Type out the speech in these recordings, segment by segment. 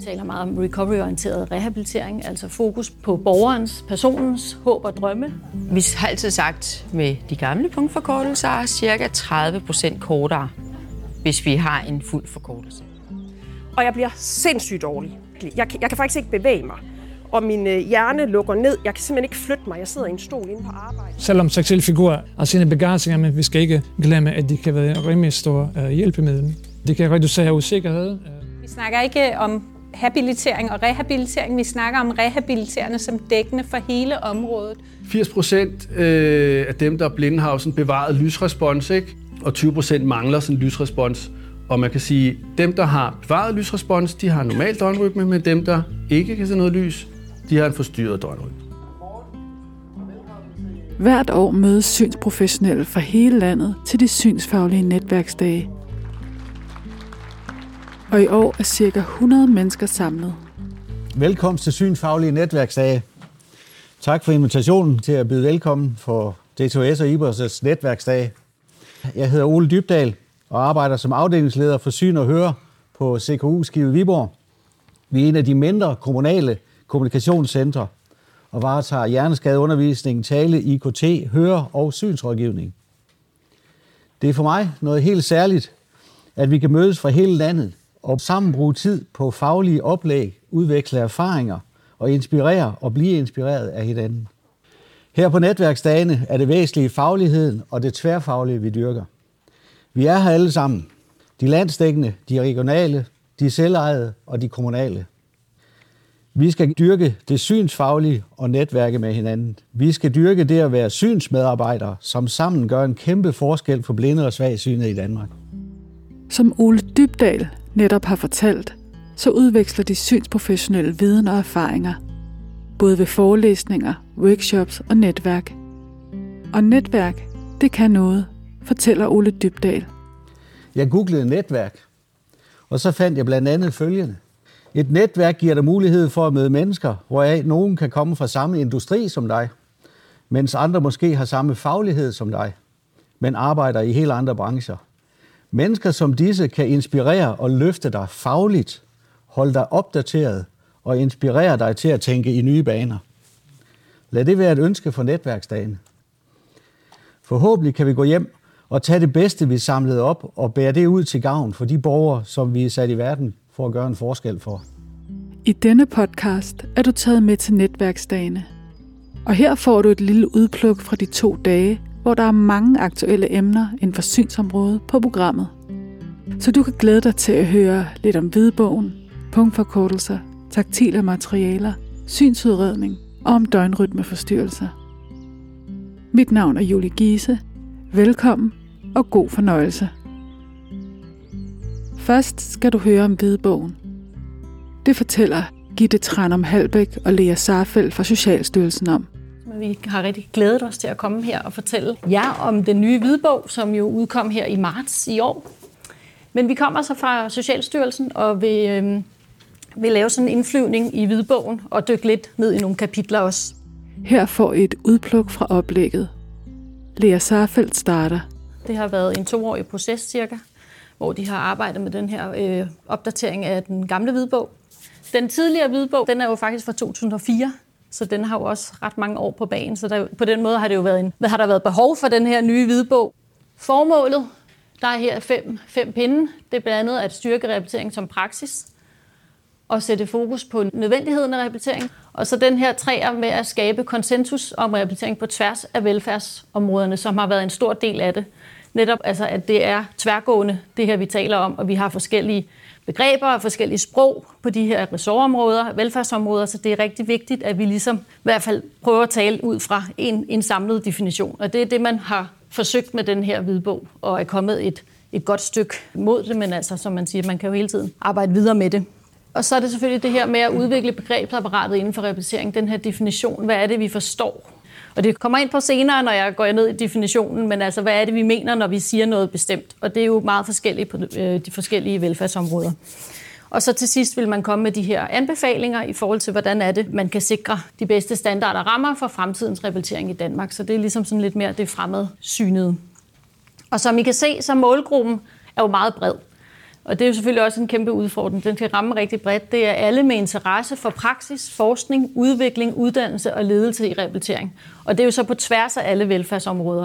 taler meget om recovery-orienteret rehabilitering, altså fokus på borgerens, personens håb og drømme. Vi har altid sagt, med de gamle punktforkortelser er cirka 30% kortere, hvis vi har en fuld forkortelse. Og jeg bliver sindssygt dårlig. Jeg kan faktisk ikke bevæge mig. Og min hjerne lukker ned. Jeg kan simpelthen ikke flytte mig. Jeg sidder i en stol inde på arbejde. Selvom seksuelle figurer har sine begrænsninger, men vi skal ikke glemme, at de kan være en rimelig stor hjælpemiddel. Det kan reducere usikkerhed. Vi snakker ikke om habilitering og rehabilitering. Vi snakker om rehabiliterende som dækkende for hele området. 80% af dem, der er blinde, har jo sådan bevaret lysrespons, ikke? Og 20% mangler sådan lysrespons. Og man kan sige, at dem, der har bevaret lysrespons, de har en normal døgnrytme, men dem, der ikke kan se noget lys, de har en forstyrret døgnrytme. Hvert år mødes synsprofessionelle fra hele landet til de synsfaglige netværksdage. Og i år er ca. 100 mennesker samlet. Velkommen til Synsfaglige Netværksdage. Tak for invitationen til at byde velkommen for DTOS og IBOS' netværksdage. Jeg hedder Ole Dybdahl og arbejder som afdelingsleder for syn og høre på CKU Skive Viborg. Vi er en af de mindre kommunale kommunikationscentre og varetager hjerneskadeundervisning, tale, IKT, høre- og synsrådgivning. Det er for mig noget helt særligt, at vi kan mødes fra hele landet og sammen bruge tid på faglige oplæg, udveksle erfaringer og inspirere og blive inspireret af hinanden. Her på netværksdagene er det væsentlige fagligheden og det tværfaglige, vi dyrker. Vi er her alle sammen. De landsdækkende, de regionale, de selvejede og de kommunale. Vi skal dyrke det synsfaglige og netværke med hinanden. Vi skal dyrke det at være synsmedarbejdere, som sammen gør en kæmpe forskel for blinde og svagsynede i Danmark. Som Ole Dybdahl netop har fortalt, så udveksler de synsprofessionelle viden og erfaringer, både ved forelæsninger, workshops og netværk. Og netværk, det kan noget, fortæller Ole Dybdahl. Jeg googlede netværk, og så fandt jeg blandt andet følgende. Et netværk giver dig mulighed for at møde mennesker, hvoraf nogen kan komme fra samme industri som dig, mens andre måske har samme faglighed som dig, men arbejder i helt andre brancher. Mennesker som disse kan inspirere og løfte dig fagligt, holde dig opdateret og inspirere dig til at tænke i nye baner. Lad det være et ønske for netværksdagen. Forhåbentlig kan vi gå hjem og tage det bedste, vi samlede op, og bære det ud til gavn for de borgere, som vi er sat i verden for at gøre en forskel for. I denne podcast er du taget med til netværksdagene. Og her får du et lille udpluk fra de 2 dage, hvor der er mange aktuelle emner inden for synsområdet på programmet. Så du kan glæde dig til at høre lidt om hvidbogen, punktforkortelser, taktile materialer, synsudredning og om døgnrytmeforstyrrelser. Mit navn er Julie Giese. Velkommen og god fornøjelse. Først skal du høre om hvidbogen. Det fortæller Gitte Tranum Halbæk og Lea Sarfeldt fra Socialstyrelsen om. Vi har rigtig glædet os til at komme her og fortælle jer om den nye hvidbog, som jo udkom her i marts i år. Men vi kommer så fra Socialstyrelsen og vil lave sådan en indflyvning i hvidbogen og dykke lidt ned i nogle kapitler også. Her får I et udpluk fra oplægget. Lea Sarfeldt starter. Det har været en 2-årig proces cirka, hvor de har arbejdet med den her opdatering af den gamle hvidbog. Den tidligere hvidbog, den er jo faktisk fra 2004, så den har jo også ret mange år på bagen. Så på den måde har det jo været behov for den her nye hvidbog. Formålet, der er her 5 pinde. Det er blandt andet at styrke rehabilitering som praksis og sætte fokus på nødvendigheden af rehabilitering. Og så den her 3'er med at skabe konsensus om rehabilitering på tværs af velfærdsområderne, som har været en stor del af det. Netop altså, at det er tværgående, det her vi taler om, og vi har forskellige begreber og forskellige sprog på de her ressortområder, velfærdsområder, så det er rigtig vigtigt, at vi ligesom i hvert fald prøver at tale ud fra en samlet definition. Og det er det, man har forsøgt med den her hvidbog, og er kommet et godt stykke mod det, men altså, som man siger, man kan jo hele tiden arbejde videre med det. Og så er det selvfølgelig det her med at udvikle begrebsapparatet inden for rehabilitering, den her definition, hvad er det, vi forstår? Og det kommer ind på senere, når jeg går ned i definitionen, men altså, hvad er det, vi mener, når vi siger noget bestemt? Og det er jo meget forskelligt på de forskellige velfærdsområder. Og så til sidst vil man komme med de her anbefalinger i forhold til, hvordan er det, man kan sikre de bedste standarder og rammer for fremtidens rehabilitering i Danmark. Så det er ligesom sådan lidt mere det fremadsynede. Og som I kan se, så målgruppen er jo meget bred. Og det er jo selvfølgelig også en kæmpe udfordring. Den kan ramme rigtig bredt. Det er alle med interesse for praksis, forskning, udvikling, uddannelse og ledelse i rehabilitering. Og det er jo så på tværs af alle velfærdsområder.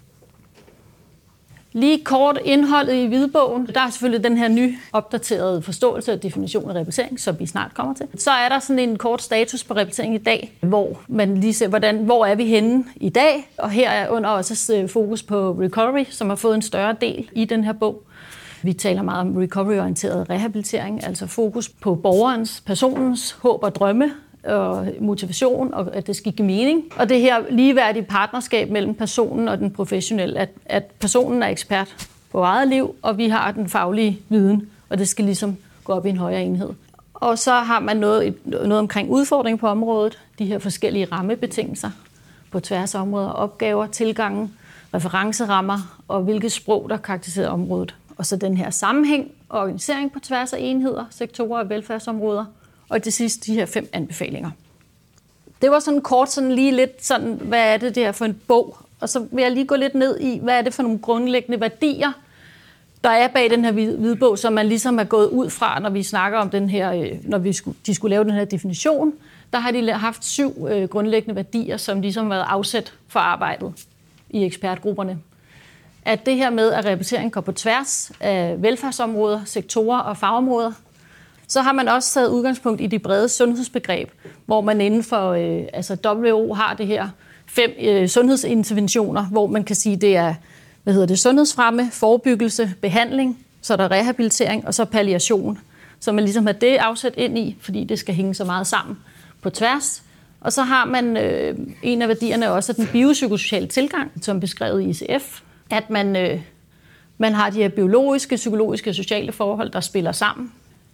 Lige kort indholdet i hvidbogen. Der er selvfølgelig den her nye opdaterede forståelse og definition af rehabilitering, som vi snart kommer til. Så er der sådan en kort status på rehabilitering i dag, hvor man lige ser, hvor er vi henne i dag. Og her er under også fokus på recovery, som har fået en større del i den her bog. Vi taler meget om recovery-orienteret rehabilitering, altså fokus på borgerens, personens håb og drømme, og motivation, og at det skal give mening. Og det her ligeværdige partnerskab mellem personen og den professionelle, at personen er ekspert på eget liv, og vi har den faglige viden, og det skal ligesom gå op i en højere enhed. Og så har man noget omkring udfordringer på området, de her forskellige rammebetingelser på tværs af områder, opgaver, tilgangen, referencerammer og hvilket sprog, der karakteriserer området. Og så den her sammenhæng og organisering på tværs af enheder, sektorer og velfærdsområder. Og til sidst de her 5 anbefalinger. Det var sådan kort, sådan lige lidt sådan, hvad er det her for en bog? Og så vil jeg lige gå lidt ned i, hvad er det for nogle grundlæggende værdier, der er bag den her hvidbog, som man ligesom er gået ud fra, når vi snakker om den her, når de skulle lave den her definition. Der har de haft 7 grundlæggende værdier, som ligesom har været afsæt for arbejdet i ekspertgrupperne. At det her med, at rehabilitering går på tværs af velfærdsområder, sektorer og fagområder. Så har man også taget udgangspunkt i de brede sundhedsbegreb, hvor man inden for WHO har det her 5 sundhedsinterventioner, hvor man kan sige, det er sundhedsfremme, forebyggelse, behandling, så er der rehabilitering og så palliation. Så man ligesom har det afsat ind i, fordi det skal hænge så meget sammen på tværs. Og så har man en af værdierne også den biopsykosociale tilgang, som beskrevet i ICF, at man har de her biologiske, psykologiske og sociale forhold, der spiller sammen.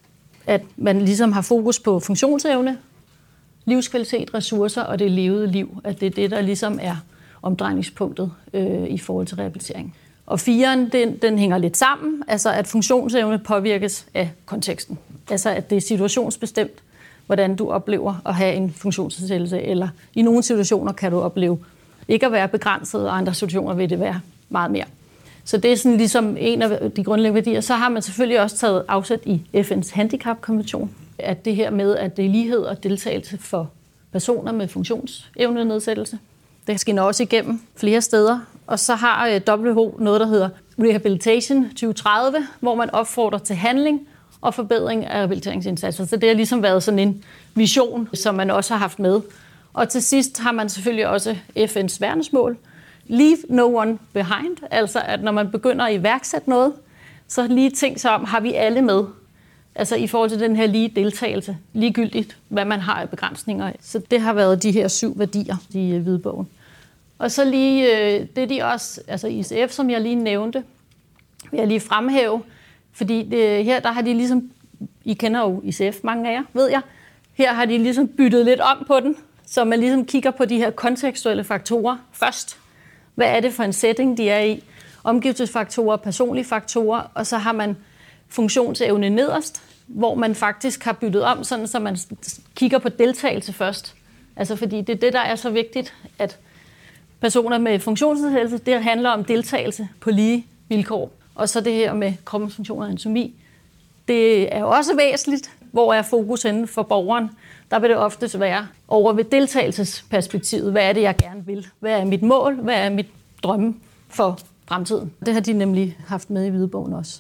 At man ligesom har fokus på funktionsevne, livskvalitet, ressourcer og det levede liv. At det er det, der ligesom er omdrejningspunktet i forhold til rehabilitering. Og 4'eren, den hænger lidt sammen, altså at funktionsevne påvirkes af konteksten. Altså at det er situationsbestemt, hvordan du oplever at have en funktionsnedsættelse, eller i nogle situationer kan du opleve ikke at være begrænset, og andre situationer vil det være meget mere. Så det er sådan ligesom en af de grundlæggende værdier. Så har man selvfølgelig også taget afsæt i FN's handicapkonvention, at det her med, at det er lighed og deltagelse for personer med funktionsevnenedsættelse. Det skal også igennem flere steder. Og så har WHO noget, der hedder Rehabilitation 2030, hvor man opfordrer til handling og forbedring af rehabiliteringsindsatser. Så det har ligesom været sådan en vision, som man også har haft med. Og til sidst har man selvfølgelig også FN's verdensmål. Leave no one behind, altså at når man begynder at iværksætte noget, så lige tænk sig om, har vi alle med? Altså i forhold til den her lige deltagelse, ligegyldigt hvad man har af begrænsninger. Så det har været de her 7 værdier i hvidbogen. Og så lige det de også, altså ICF, som jeg lige nævnte, vil jeg lige fremhæve, fordi her der har de ligesom, I kender jo ICF, mange af jer, ved jeg, her har de ligesom byttet lidt om på den, så man ligesom kigger på de her kontekstuelle faktorer først. Hvad er det for en setting, de er i? Omgivelsesfaktorer, personlige faktorer, og så har man funktionsevne nederst, hvor man faktisk har byttet om, sådan så man kigger på deltagelse først. Altså fordi det er det, der er så vigtigt, at personer med funktionsnedsættelse, det handler om deltagelse på lige vilkår. Og så det her med kroppens funktion og anatomi, det er jo også væsentligt. Hvor er fokus henne for borgeren? Der vil det oftest være over ved deltagelsesperspektivet. Hvad er det, jeg gerne vil? Hvad er mit mål? Hvad er mit drømme for fremtiden? Det har de nemlig haft med i hvidbogen også.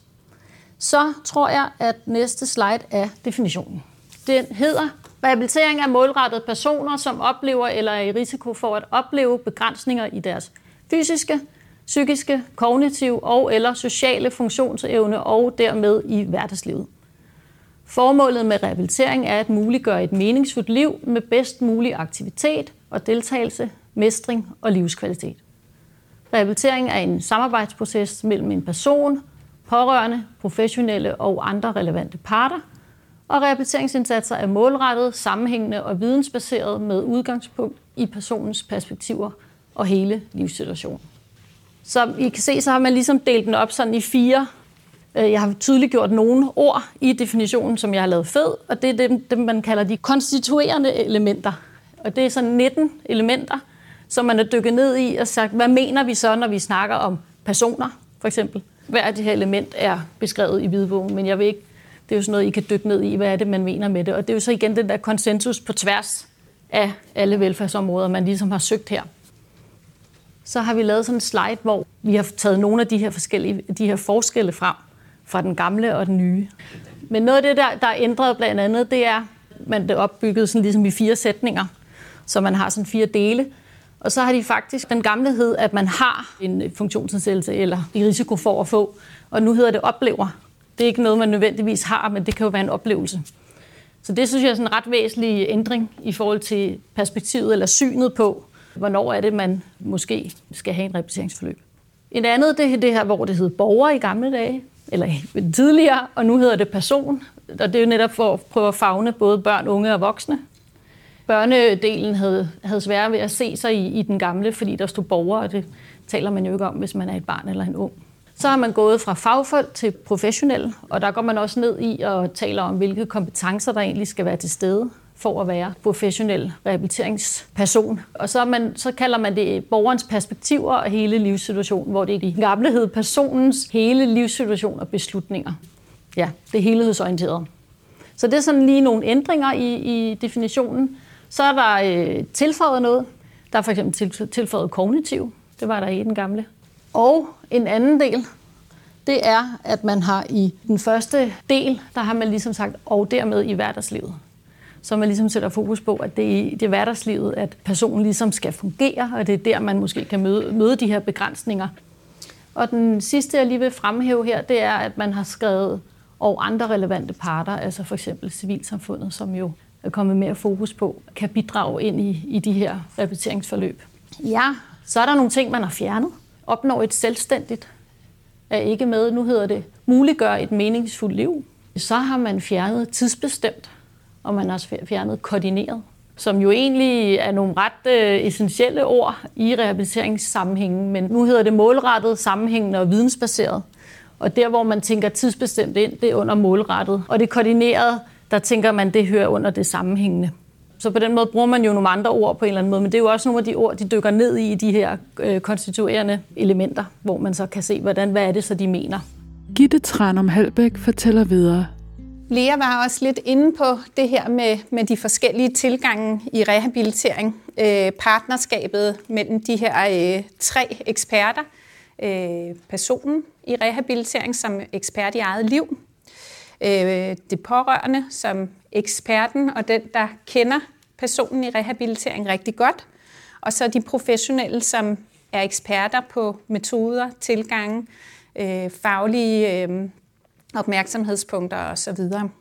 Så tror jeg, at næste slide er definitionen. Den hedder, rehabilitering er målrettet personer, som oplever eller er i risiko for at opleve begrænsninger i deres fysiske, psykiske, kognitive og eller sociale funktionsevne og dermed i hverdagslivet. Formålet med rehabilitering er at muliggøre et meningsfuldt liv med bedst mulig aktivitet og deltagelse, mestring og livskvalitet. Rehabilitering er en samarbejdsproces mellem en person, pårørende, professionelle og andre relevante parter, og rehabiliteringsindsatser er målrettet, sammenhængende og vidensbaseret med udgangspunkt i personens perspektiver og hele livssituationen. Som I kan se, så har man ligesom delt den op sådan i 4. Jeg har tydeligt gjort nogle ord i definitionen, som jeg har lavet fed, og det er dem man kalder de konstituerende elementer. Og det er sådan 19 elementer, som man er dykket ned i og sagt, hvad mener vi så, når vi snakker om personer, for eksempel? Hver af de her element er beskrevet i hvidbogen, men jeg vil ikke, det er jo sådan noget, I kan dykke ned i, hvad er det, man mener med det. Og det er jo så igen den der konsensus på tværs af alle velfærdsområder, man ligesom har søgt her. Så har vi lavet sådan en slide, hvor vi har taget nogle af de her forskelle frem fra den gamle og den nye. Men noget af det, der er ændret blandt andet, det er, man er opbygget sådan ligesom i 4 sætninger, så man har sådan 4 dele. Og så har de faktisk den gamle hed, at man har en funktionsnedsættelse eller i risiko for at få, og nu hedder det oplever. Det er ikke noget, man nødvendigvis har, men det kan jo være en oplevelse. Så det synes jeg er sådan en ret væsentlig ændring i forhold til perspektivet eller synet på, hvornår er det, man måske skal have en rehabiliteringsforløb. En andet, det er det her, hvor det hed borger i gamle dage, eller tidligere, og nu hedder det person. Og det er jo netop for at prøve at favne både børn, unge og voksne. Børnedelen havde sværere ved at se sig i den gamle, fordi der stod borger, og det taler man jo ikke om, hvis man er et barn eller en ung. Så har man gået fra fagfolk til professionelle, og der går man også ned i og taler om, hvilke kompetencer der egentlig skal være til stede for at være professionel rehabiliteringsperson. Og så kalder man det borgerens perspektiver og hele livssituationen, hvor det er de gamle hed personens hele livssituation og beslutninger. Ja, det er helhedsorienteret. Så det er sådan lige nogle ændringer i definitionen. Så er der tilføjet noget. Der er for eksempel tilføjet kognitiv. Det var der i den gamle. Og en anden del, det er, at man har i den første del, der har man ligesom sagt, og dermed i hverdagslivet. Så man ligesom sætter fokus på, at det er i hverdagslivet, at personen ligesom skal fungere, og det er der, man måske kan møde de her begrænsninger. Og den sidste, jeg lige vil fremhæve her, det er, at man har skrevet og andre relevante parter, altså for eksempel civilsamfundet, som jo er kommet mere fokus på, kan bidrage ind i de her rehabiliteringsforløb. Ja, så er der nogle ting, man har fjernet. Opnår et selvstændigt er ikke med. Nu hedder det muliggør et meningsfuldt liv. Så har man fjernet tidsbestemt, og man har også fjernet koordineret, som jo egentlig er nogle ret essentielle ord i rehabiliteringssammenhængen, men nu hedder det målrettet, sammenhængende og vidensbaseret. Og der, hvor man tænker tidsbestemt ind, det er under målrettet. Og det koordinerede, der tænker man, det hører under det sammenhængende. Så på den måde bruger man jo nogle andre ord på en eller anden måde, men det er jo også nogle af de ord, de dykker ned i de her konstituerende elementer, hvor man så kan se, hvad er det så, de mener. Gitte Tranum Halbæk fortæller videre. Lea var også lidt inde på det her med de forskellige tilgange i rehabilitering. Partnerskabet mellem de her 3 eksperter. Personen i rehabilitering som ekspert i eget liv. Det pårørende som eksperten og den, der kender personen i rehabilitering rigtig godt. Og så de professionelle, som er eksperter på metoder, tilgange, faglige opmærksomhedspunkter osv.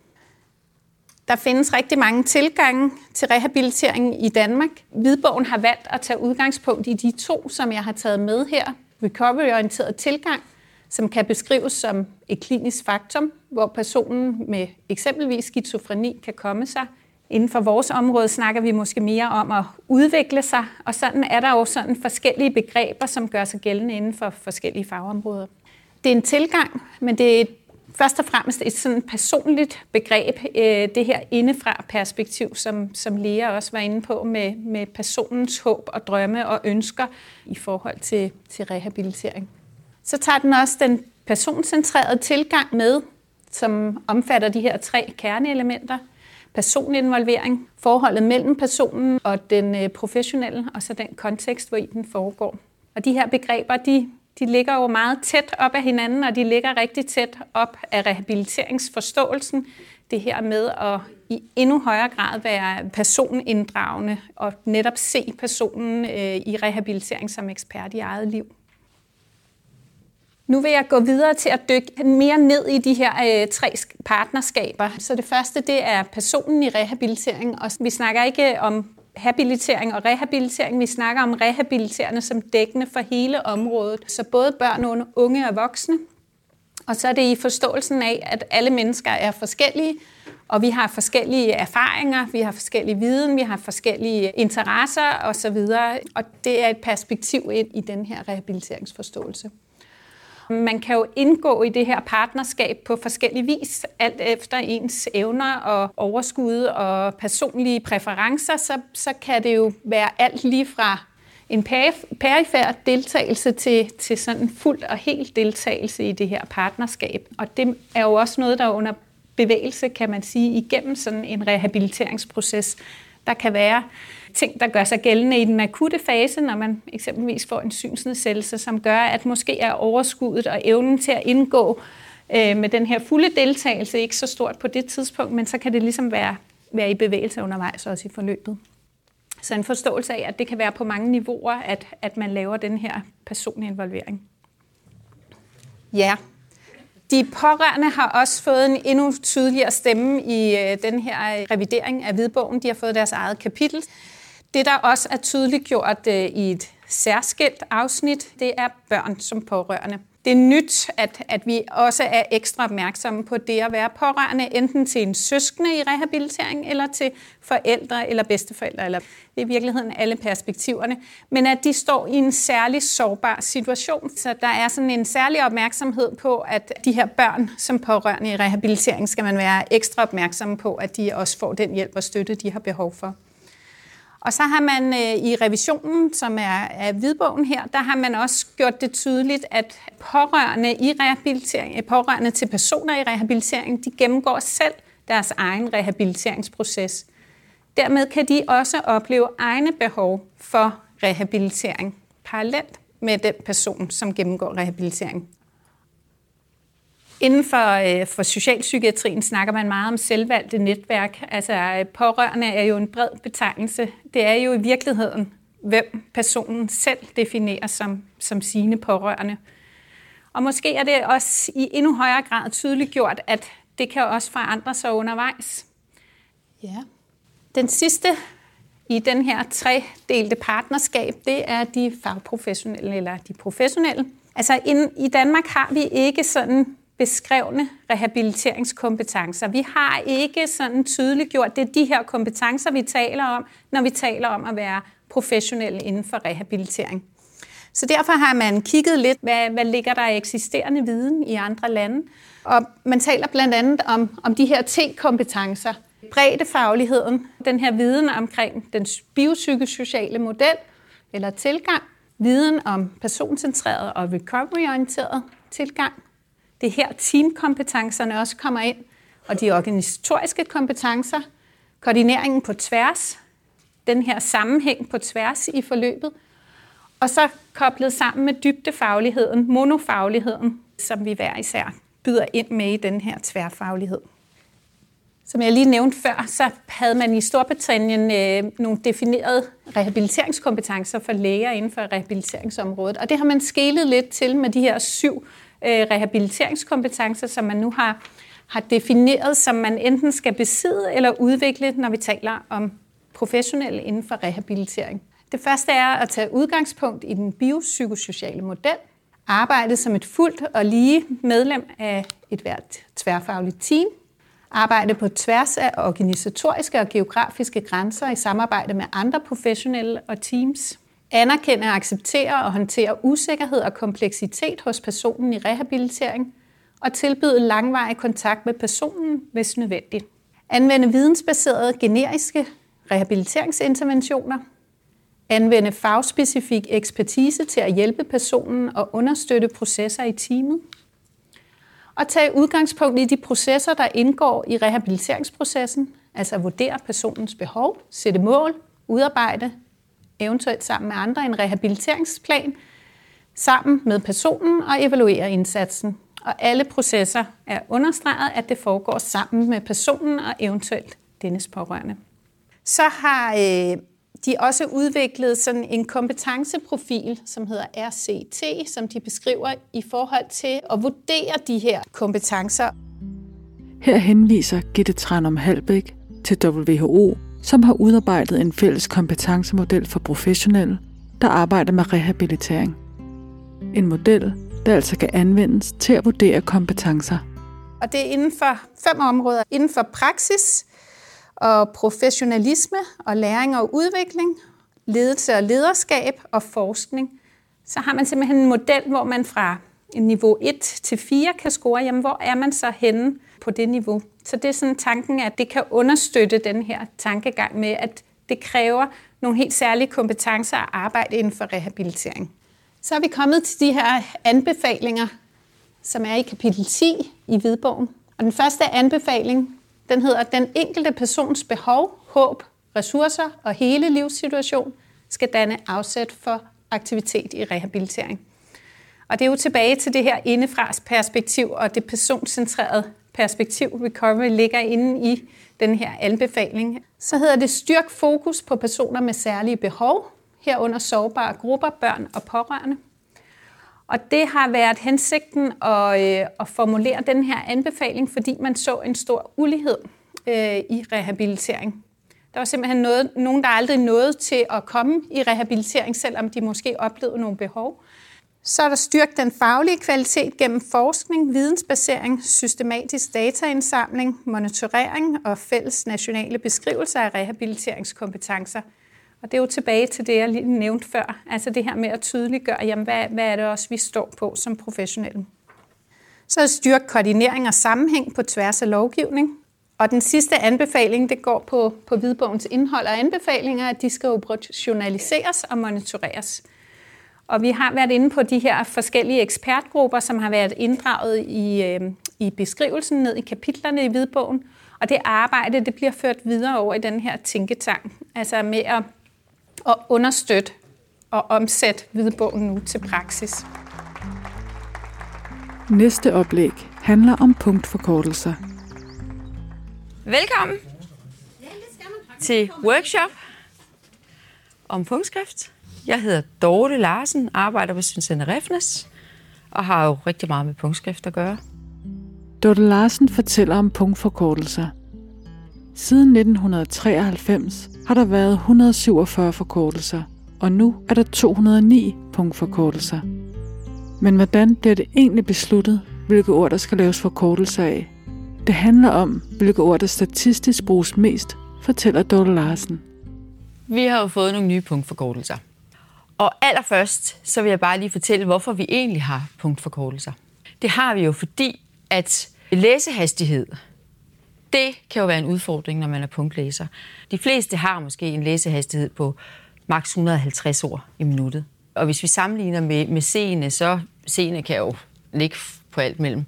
Der findes rigtig mange tilgange til rehabilitering i Danmark. Hvidbogen har valgt at tage udgangspunkt i de 2, som jeg har taget med her. Recovery-orienteret tilgang, som kan beskrives som et klinisk faktum, hvor personen med eksempelvis skizofreni kan komme sig. Inden for vores område snakker vi måske mere om at udvikle sig, og sådan er der jo sådan forskellige begreber, som gør sig gældende inden for forskellige fagområder. Det er en tilgang, men det er først og fremmest et sådan personligt begreb, det her indefra perspektiv, som Lea også var inde på, med personens håb og drømme og ønsker i forhold til rehabilitering. Så tager den også den personcentrerede tilgang med, som omfatter de her 3 kerneelementer. Personinvolvering, forholdet mellem personen og den professionelle, og så den kontekst, hvor i den foregår. Og de her begreber, de ligger jo meget tæt op af hinanden, og de ligger rigtig tæt op af rehabiliteringsforståelsen. Det her med at i endnu højere grad være personinddragende og netop se personen i rehabilitering som ekspert i eget liv. Nu vil jeg gå videre til at dykke mere ned i de her 3 partnerskaber. Så det første, det er personen i rehabilitering, og vi snakker ikke om habilitering og rehabilitering. Vi snakker om rehabiliterende som dækkende for hele området. Så både børn, unge og voksne. Og så er det i forståelsen af, at alle mennesker er forskellige, og vi har forskellige erfaringer, vi har forskellige viden, vi har forskellige interesser osv. Og det er et perspektiv ind i den her rehabiliteringsforståelse. Man kan jo indgå i det her partnerskab på forskellig vis, alt efter ens evner og overskud og personlige præferencer, så kan det jo være alt lige fra en perifær deltagelse til sådan fuld og helt deltagelse i det her partnerskab. Og det er jo også noget, der er under bevægelse, kan man sige, igennem sådan en rehabiliteringsproces. Der kan være ting, der gør sig gældende i den akutte fase, når man eksempelvis får en synsnedsættelse, som gør, at måske er overskuddet og evnen til at indgå med den her fulde deltagelse ikke så stort på det tidspunkt, men så kan det ligesom være i bevægelse undervejs også i forløbet. Så en forståelse af, at det kan være på mange niveauer, at man laver den her personlige involvering. Ja, de pårørende har også fået en endnu tydeligere stemme i den her revidering af hvidbogen. De har fået deres eget kapitel. Det, der også er tydeligt gjort i et særskilt afsnit, det er børn som pårørende. Det er nyt, at vi også er ekstra opmærksomme på det at være pårørende, enten til en søskende i rehabilitering, eller til forældre eller bedsteforældre, eller det er i virkeligheden alle perspektiverne, men at de står i en særlig sårbar situation. Så der er sådan en særlig opmærksomhed på, at de her børn som pårørende i rehabilitering skal man være ekstra opmærksomme på, at de også får den hjælp og støtte, de har behov for. Og så har man i revisionen, som er hvidbogen her, der har man også gjort det tydeligt, at pårørende i rehabilitering, pårørende til personer i rehabilitering, de gennemgår selv deres egen rehabiliteringsproces. Dermed kan de også opleve egne behov for rehabilitering, parallelt med den person, som gennemgår rehabilitering. Inden for socialpsykiatrien snakker man meget om selvvalgte netværk. Altså pårørende er jo en bred betegnelse. Det er jo i virkeligheden, hvem personen selv definerer som sine pårørende. Og måske er det også i endnu højere grad tydeligt gjort, at det kan også forandre sig undervejs. Ja. Den sidste i den her tredelte partnerskab, det er de fagprofessionelle eller de professionelle. Altså i Danmark har vi ikke sådan beskrevne rehabiliteringskompetencer. Vi har ikke sådan tydeligt gjort, det er de her kompetencer, vi taler om, når vi taler om at være professionelle inden for rehabilitering. Så derfor har man kigget lidt, hvad ligger der af eksisterende viden i andre lande. Og man taler blandt andet om de her T-kompetencer. Breddefagligheden, den her viden omkring den biopsykosociale model eller tilgang. Viden om personcentreret og recovery-orienteret tilgang. Det er her teamkompetencerne også kommer ind, og de organisatoriske kompetencer, koordineringen på tværs, den her sammenhæng på tværs i forløbet, og så koblet sammen med dybdefagligheden, monofagligheden, som vi hver især byder ind med i den her tværfaglighed. Som jeg lige nævnte før, så havde man i Storbritannien nogle definerede rehabiliteringskompetencer for læger inden for rehabiliteringsområdet, og det har man skelet lidt til med de her 7 rehabiliteringskompetencer, som man nu har defineret, som man enten skal besidde eller udvikle, når vi taler om professionelle inden for rehabilitering. Det første er at tage udgangspunkt i den biopsykosociale model, arbejde som et fuldt og lige medlem af et hvert tværfagligt team, arbejde på tværs af organisatoriske og geografiske grænser i samarbejde med andre professionelle og teams, anerkende og acceptere og håndtere usikkerhed og kompleksitet hos personen i rehabilitering og tilbyde langvarig kontakt med personen, hvis nødvendigt. Anvende vidensbaserede generiske rehabiliteringsinterventioner. Anvende fagspecifik ekspertise til at hjælpe personen og understøtte processer i teamet. Og tage udgangspunkt i de processer, der indgår i rehabiliteringsprocessen, altså vurdere personens behov, sætte mål, udarbejde, eventuelt sammen med andre, en rehabiliteringsplan, sammen med personen og evaluere indsatsen. Og alle processer er understreget, at det foregår sammen med personen og eventuelt dennes pårørende. Så har de også udviklet sådan en kompetenceprofil, som hedder RCT, som de beskriver i forhold til at vurdere de her kompetencer. Her henviser Gitte Tranum Halbæk til WHO, som har udarbejdet en fælles kompetencemodel for professionelle, der arbejder med rehabilitering. En model, der altså kan anvendes til at vurdere kompetencer. Og det er inden for 5 områder. Inden for praksis og professionalisme og læring og udvikling, ledelse og lederskab og forskning. Så har man simpelthen en model, hvor man fra niveau 1 til 4 kan score, jamen hvor er man så henne på det niveau. Så det er sådan tanken, at det kan understøtte den her tankegang med, at Det kræver nogle helt særlige kompetencer at arbejde inden for rehabilitering. Så er vi kommet til de her anbefalinger, som er i kapitel 10 i hvidbogen. Og den første anbefaling, den hedder, den enkelte persons behov, håb, ressourcer og hele livssituation skal danne afsæt for aktivitet i rehabilitering. Og det er jo tilbage til det her indefras perspektiv og det personcentrerede perspektiv, recovery ligger inde i den her anbefaling. Så hedder det styrk fokus på personer med særlige behov, herunder sårbare grupper, børn og pårørende. Og det har været hensigten at formulere den her anbefaling, fordi man så en stor ulighed i rehabilitering. Der var simpelthen nogen, der aldrig nåede til at komme i rehabilitering, selvom de måske oplevede nogle behov. Så er der styrket den faglige kvalitet gennem forskning, vidensbasering, systematisk dataindsamling, monitorering og fælles nationale beskrivelser af rehabiliteringskompetencer. Og det er jo tilbage til det, jeg lige nævnte før. Altså det her med at tydeliggøre, jamen, hvad er det også, vi står på som professionelle. Så er det styrket koordinering og sammenhæng på tværs af lovgivning. Og den sidste anbefaling, det går på hvidbogens indhold og anbefalinger, at de skal operationaliseres og monitoreres. Og vi har været inde på de her forskellige ekspertgrupper, som har været inddraget i beskrivelsen ned i kapitlerne i hvidbogen. Og det arbejde, det bliver ført videre over i den her tænketank. Altså med at understøtte og omsætte hvidbogen nu til praksis. Næste oplæg handler om punktforkortelser. Velkommen til workshop om punktskrift. Jeg hedder Dorte Larsen, arbejder på Syncenter Refnes og har jo rigtig meget med punktskrift at gøre. Dorte Larsen fortæller om punktforkortelser. Siden 1993 har der været 147 forkortelser, og nu er der 209 punktforkortelser. Men hvordan bliver det egentlig besluttet, hvilke ord der skal laves forkortelser af? Det handler om, hvilke ord der statistisk bruges mest, fortæller Dorte Larsen. Vi har jo fået nogle nye punktforkortelser. Og allerførst, så vil jeg bare lige fortælle, hvorfor vi egentlig har punktforkortelser. Det har vi jo, fordi at læsehastighed, det kan jo være en udfordring, når man er punktlæser. De fleste har måske en læsehastighed på maks 150 ord i minuttet. Og hvis vi sammenligner med C'ene, så C'ene kan jo ligge på alt mellem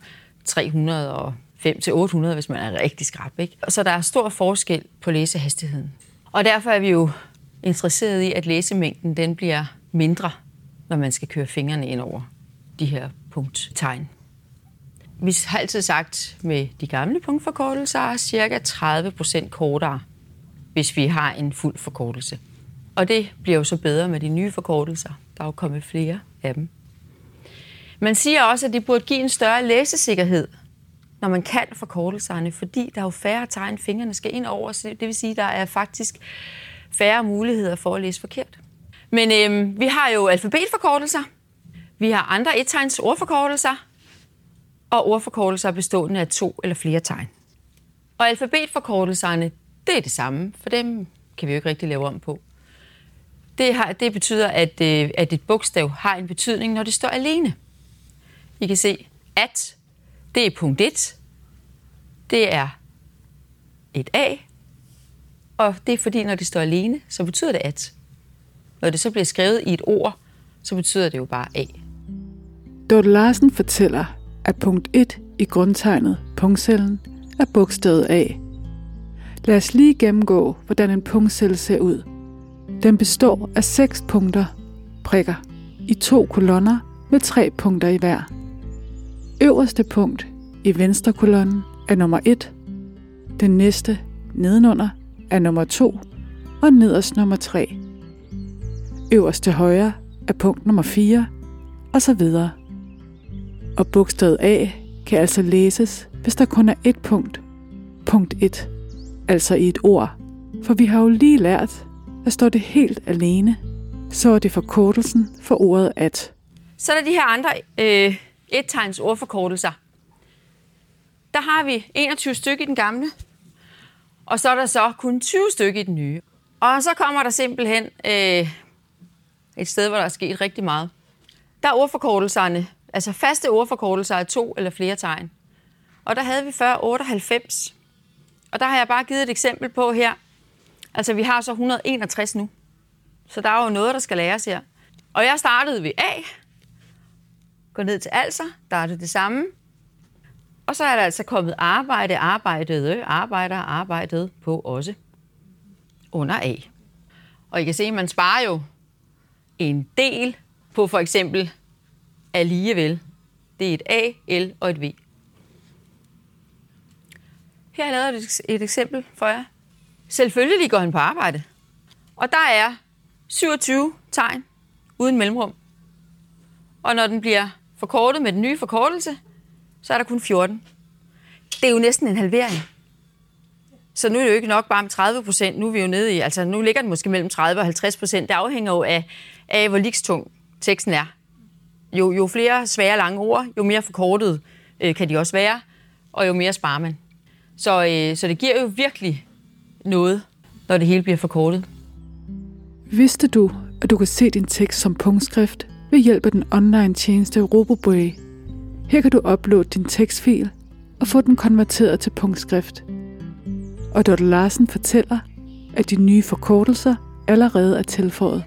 305 til 800, hvis man er rigtig skrap, ikke? Så der er stor forskel på læsehastigheden. Og derfor er vi jo interesseret i, at læsemængden den bliver mindre, når man skal køre fingrene ind over de her punkttegn. Vi har altid sagt med de gamle punktforkortelser er cirka 30% kortere, hvis vi har en fuld forkortelse. Og det bliver jo så bedre med de nye forkortelser. Der er jo kommet flere af dem. Man siger også, at det burde give en større læsesikkerhed, når man kan forkortelserne, fordi der er jo færre tegn, fingrene skal ind over. Det vil sige, at der er faktisk færre muligheder for at læse forkert. Men vi har jo alfabetforkortelser, vi har andre ettegns ordforkortelser, og ordforkortelser bestående af 2 eller flere tegn. Og alfabetforkortelserne, det er det samme, for dem kan vi jo ikke rigtig lave om på. Det betyder, at et bogstav har en betydning, når det står alene. I kan se, at det er punkt 1, det er et A, og det er fordi, når det står alene, så betyder det at. Når det så bliver skrevet i et ord, så betyder det jo bare A. Dorte Larsen fortæller, at punkt 1 i grundtegnet, punktcellen, er bogstavet A. Lad os lige gennemgå, hvordan en punktcelle ser ud. Den består af 6 punkter, prikker, i 2 kolonner med 3 punkter i hver. Øverste punkt i venstre kolonnen er nummer 1, den næste nedenunder er nummer 2 og nederst nummer 3. Øverst til højre er punkt nummer 4 og så videre. Og bogstavet A kan altså læses, hvis der kun er et punkt. Punkt 1, altså i et ord. For vi har jo lige lært, at står det helt alene, så er det forkortelsen for ordet at. Så er der de her andre ettegns ordforkortelser. Der har vi 21 stykker i den gamle, og så er der så kun 20 stykker i den nye. Og så kommer der simpelthen et sted, hvor der er sket rigtig meget. Der er ordforkortelserne, altså faste ordforkortelser af 2 eller flere tegn. Og der havde vi før 98. Og der har jeg bare givet et eksempel på her, Altså, vi har så 161 nu. Så der er jo noget, der skal læres her. Og jeg startede ved A, går ned til Alser, der er det samme. Og så er der altså kommet arbejdet på også under A. Og I kan se, at man sparer jo en del på for eksempel alligevel. Det er et A, L og et V. Her har jeg lavet et eksempel for jer. Selvfølgelig går han på arbejde. Og der er 27 tegn uden mellemrum. Og når den bliver forkortet med den nye forkortelse, så er der kun 14. Det er jo næsten en halvering. Så nu er det jo ikke nok bare med 30%. Nu er vi jo nede i, altså nu ligger den måske mellem 30 og 50%. Det afhænger jo af hvor ligestung teksten er. Jo flere svære lange ord, jo mere forkortet kan de også være, og jo mere sparer man. Så det giver jo virkelig noget, når det hele bliver forkortet. Vidste du, at du kan se din tekst som punktskrift ved hjælp af den online tjeneste RoboBury? Her kan du uploade din tekstfil og få den konverteret til punktskrift. Og Dorte Larsen fortæller, at de nye forkortelser allerede er tilføjet.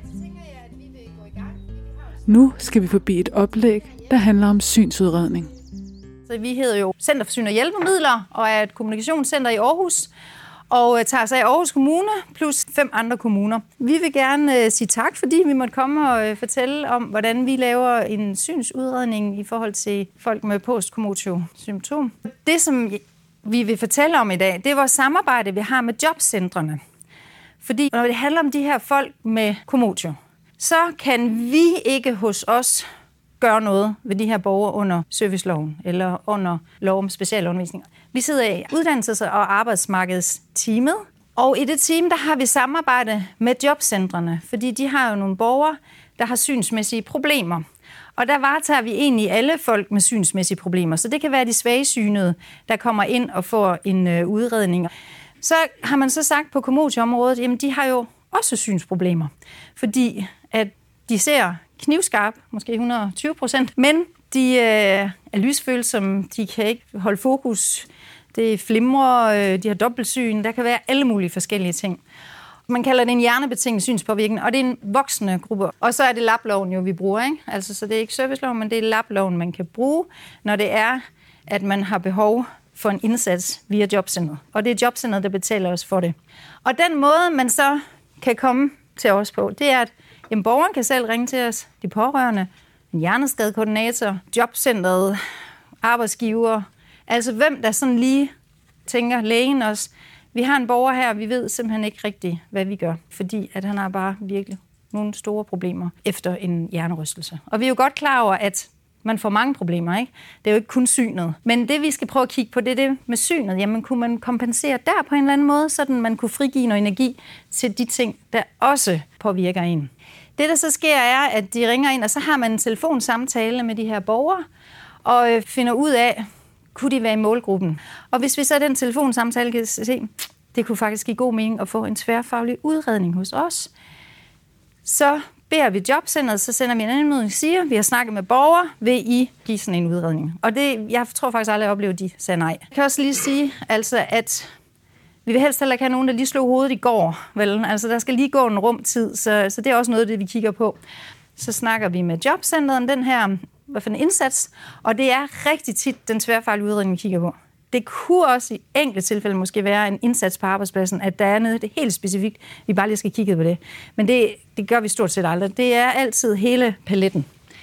Nu skal vi forbi et oplæg, der handler om synsudredning. Så vi hedder jo Center for Syn og Hjælpemidler og er et kommunikationscenter i Aarhus og tager sig af Aarhus Kommune plus 5 andre kommuner. Vi vil gerne sige tak, fordi vi måtte komme og fortælle om, hvordan vi laver en synsudredning i forhold til folk med postkommotiv symptom. Det, som vi vil fortælle om i dag, det er vores samarbejde, vi har med jobcentrene. Fordi når det handler om de her folk med kommotio, så kan vi ikke hos os gøre noget ved de her borgere under serviceloven eller under lov om specialundervisning. Vi sidder i uddannelses- og arbejdsmarkedsteamet, og i det team, der har vi samarbejde med jobcentrene, fordi de har jo nogle borgere, der har synsmæssige problemer. Og der varetager vi egentlig alle folk med synsmæssige problemer, så det kan være de svagsynede, der kommer ind og får en udredning. Så har man så sagt på kommotioområdet, jamen de har jo også synsproblemer, fordi at de ser knivskarp, måske 120%, men de er lysfølsomme, de kan ikke holde fokus, det flimrer, de har dobbeltsyn, der kan være alle mulige forskellige ting. Man kalder det en hjernebetinget synspåvirkning, og det er en voksende gruppe. Og så er det LAB-loven jo, vi bruger, ikke? Altså, så det er ikke serviceloven, men det er LAB-loven, man kan bruge, når det er, at man har behov for en indsats via jobcentret. Og det er jobcentret, der betaler os for det. Og den måde, man så kan komme til os på, det er, at borgeren kan selv ringe til os, de pårørende, en hjerneskadekoordinator, jobcentret, arbejdsgiver, altså hvem der sådan lige tænker, lægen også, vi har en borger her, og vi ved simpelthen ikke rigtigt, hvad vi gør, fordi at han har bare virkelig nogle store problemer efter en hjernerystelse. Og vi er jo godt klar over, at man får mange problemer, ikke? Det er jo ikke kun synet. Men det, vi skal prøve at kigge på, det er det med synet. Jamen, kunne man kompensere der på en eller anden måde, så man kunne frigive noget energi til de ting, der også påvirker en. Det, der så sker, er, at de ringer ind, og så har man en telefonsamtale med de her borgere, og finder ud af, kunne de være i målgruppen. Og hvis vi så den telefonsamtale kan se, det kunne faktisk give god mening at få en tværfaglig udredning hos os, så beder vi jobcentret, så sender vi en anmodning og siger, vi har snakket med borgere, vil I give sådan en udredning? Og det, jeg tror faktisk aldrig, at opleve, at de sagde nej. Jeg kan også lige sige, altså, at vi vil helst heller ikke have nogen, der lige slog hovedet i går. Vel? Altså, der skal lige gå en rumtid, så det er også noget, det vi kigger på. Så snakker vi med jobcentret om den her en indsats, og det er rigtig tit den tværfaglige udredning, vi kigger på. Det kunne også i enkelte tilfælde måske være en indsats på arbejdspladsen, at der er noget, det er helt specifikt, vi bare lige skal kigge på det. Men det gør vi stort set aldrig. Det er altid hele paletten.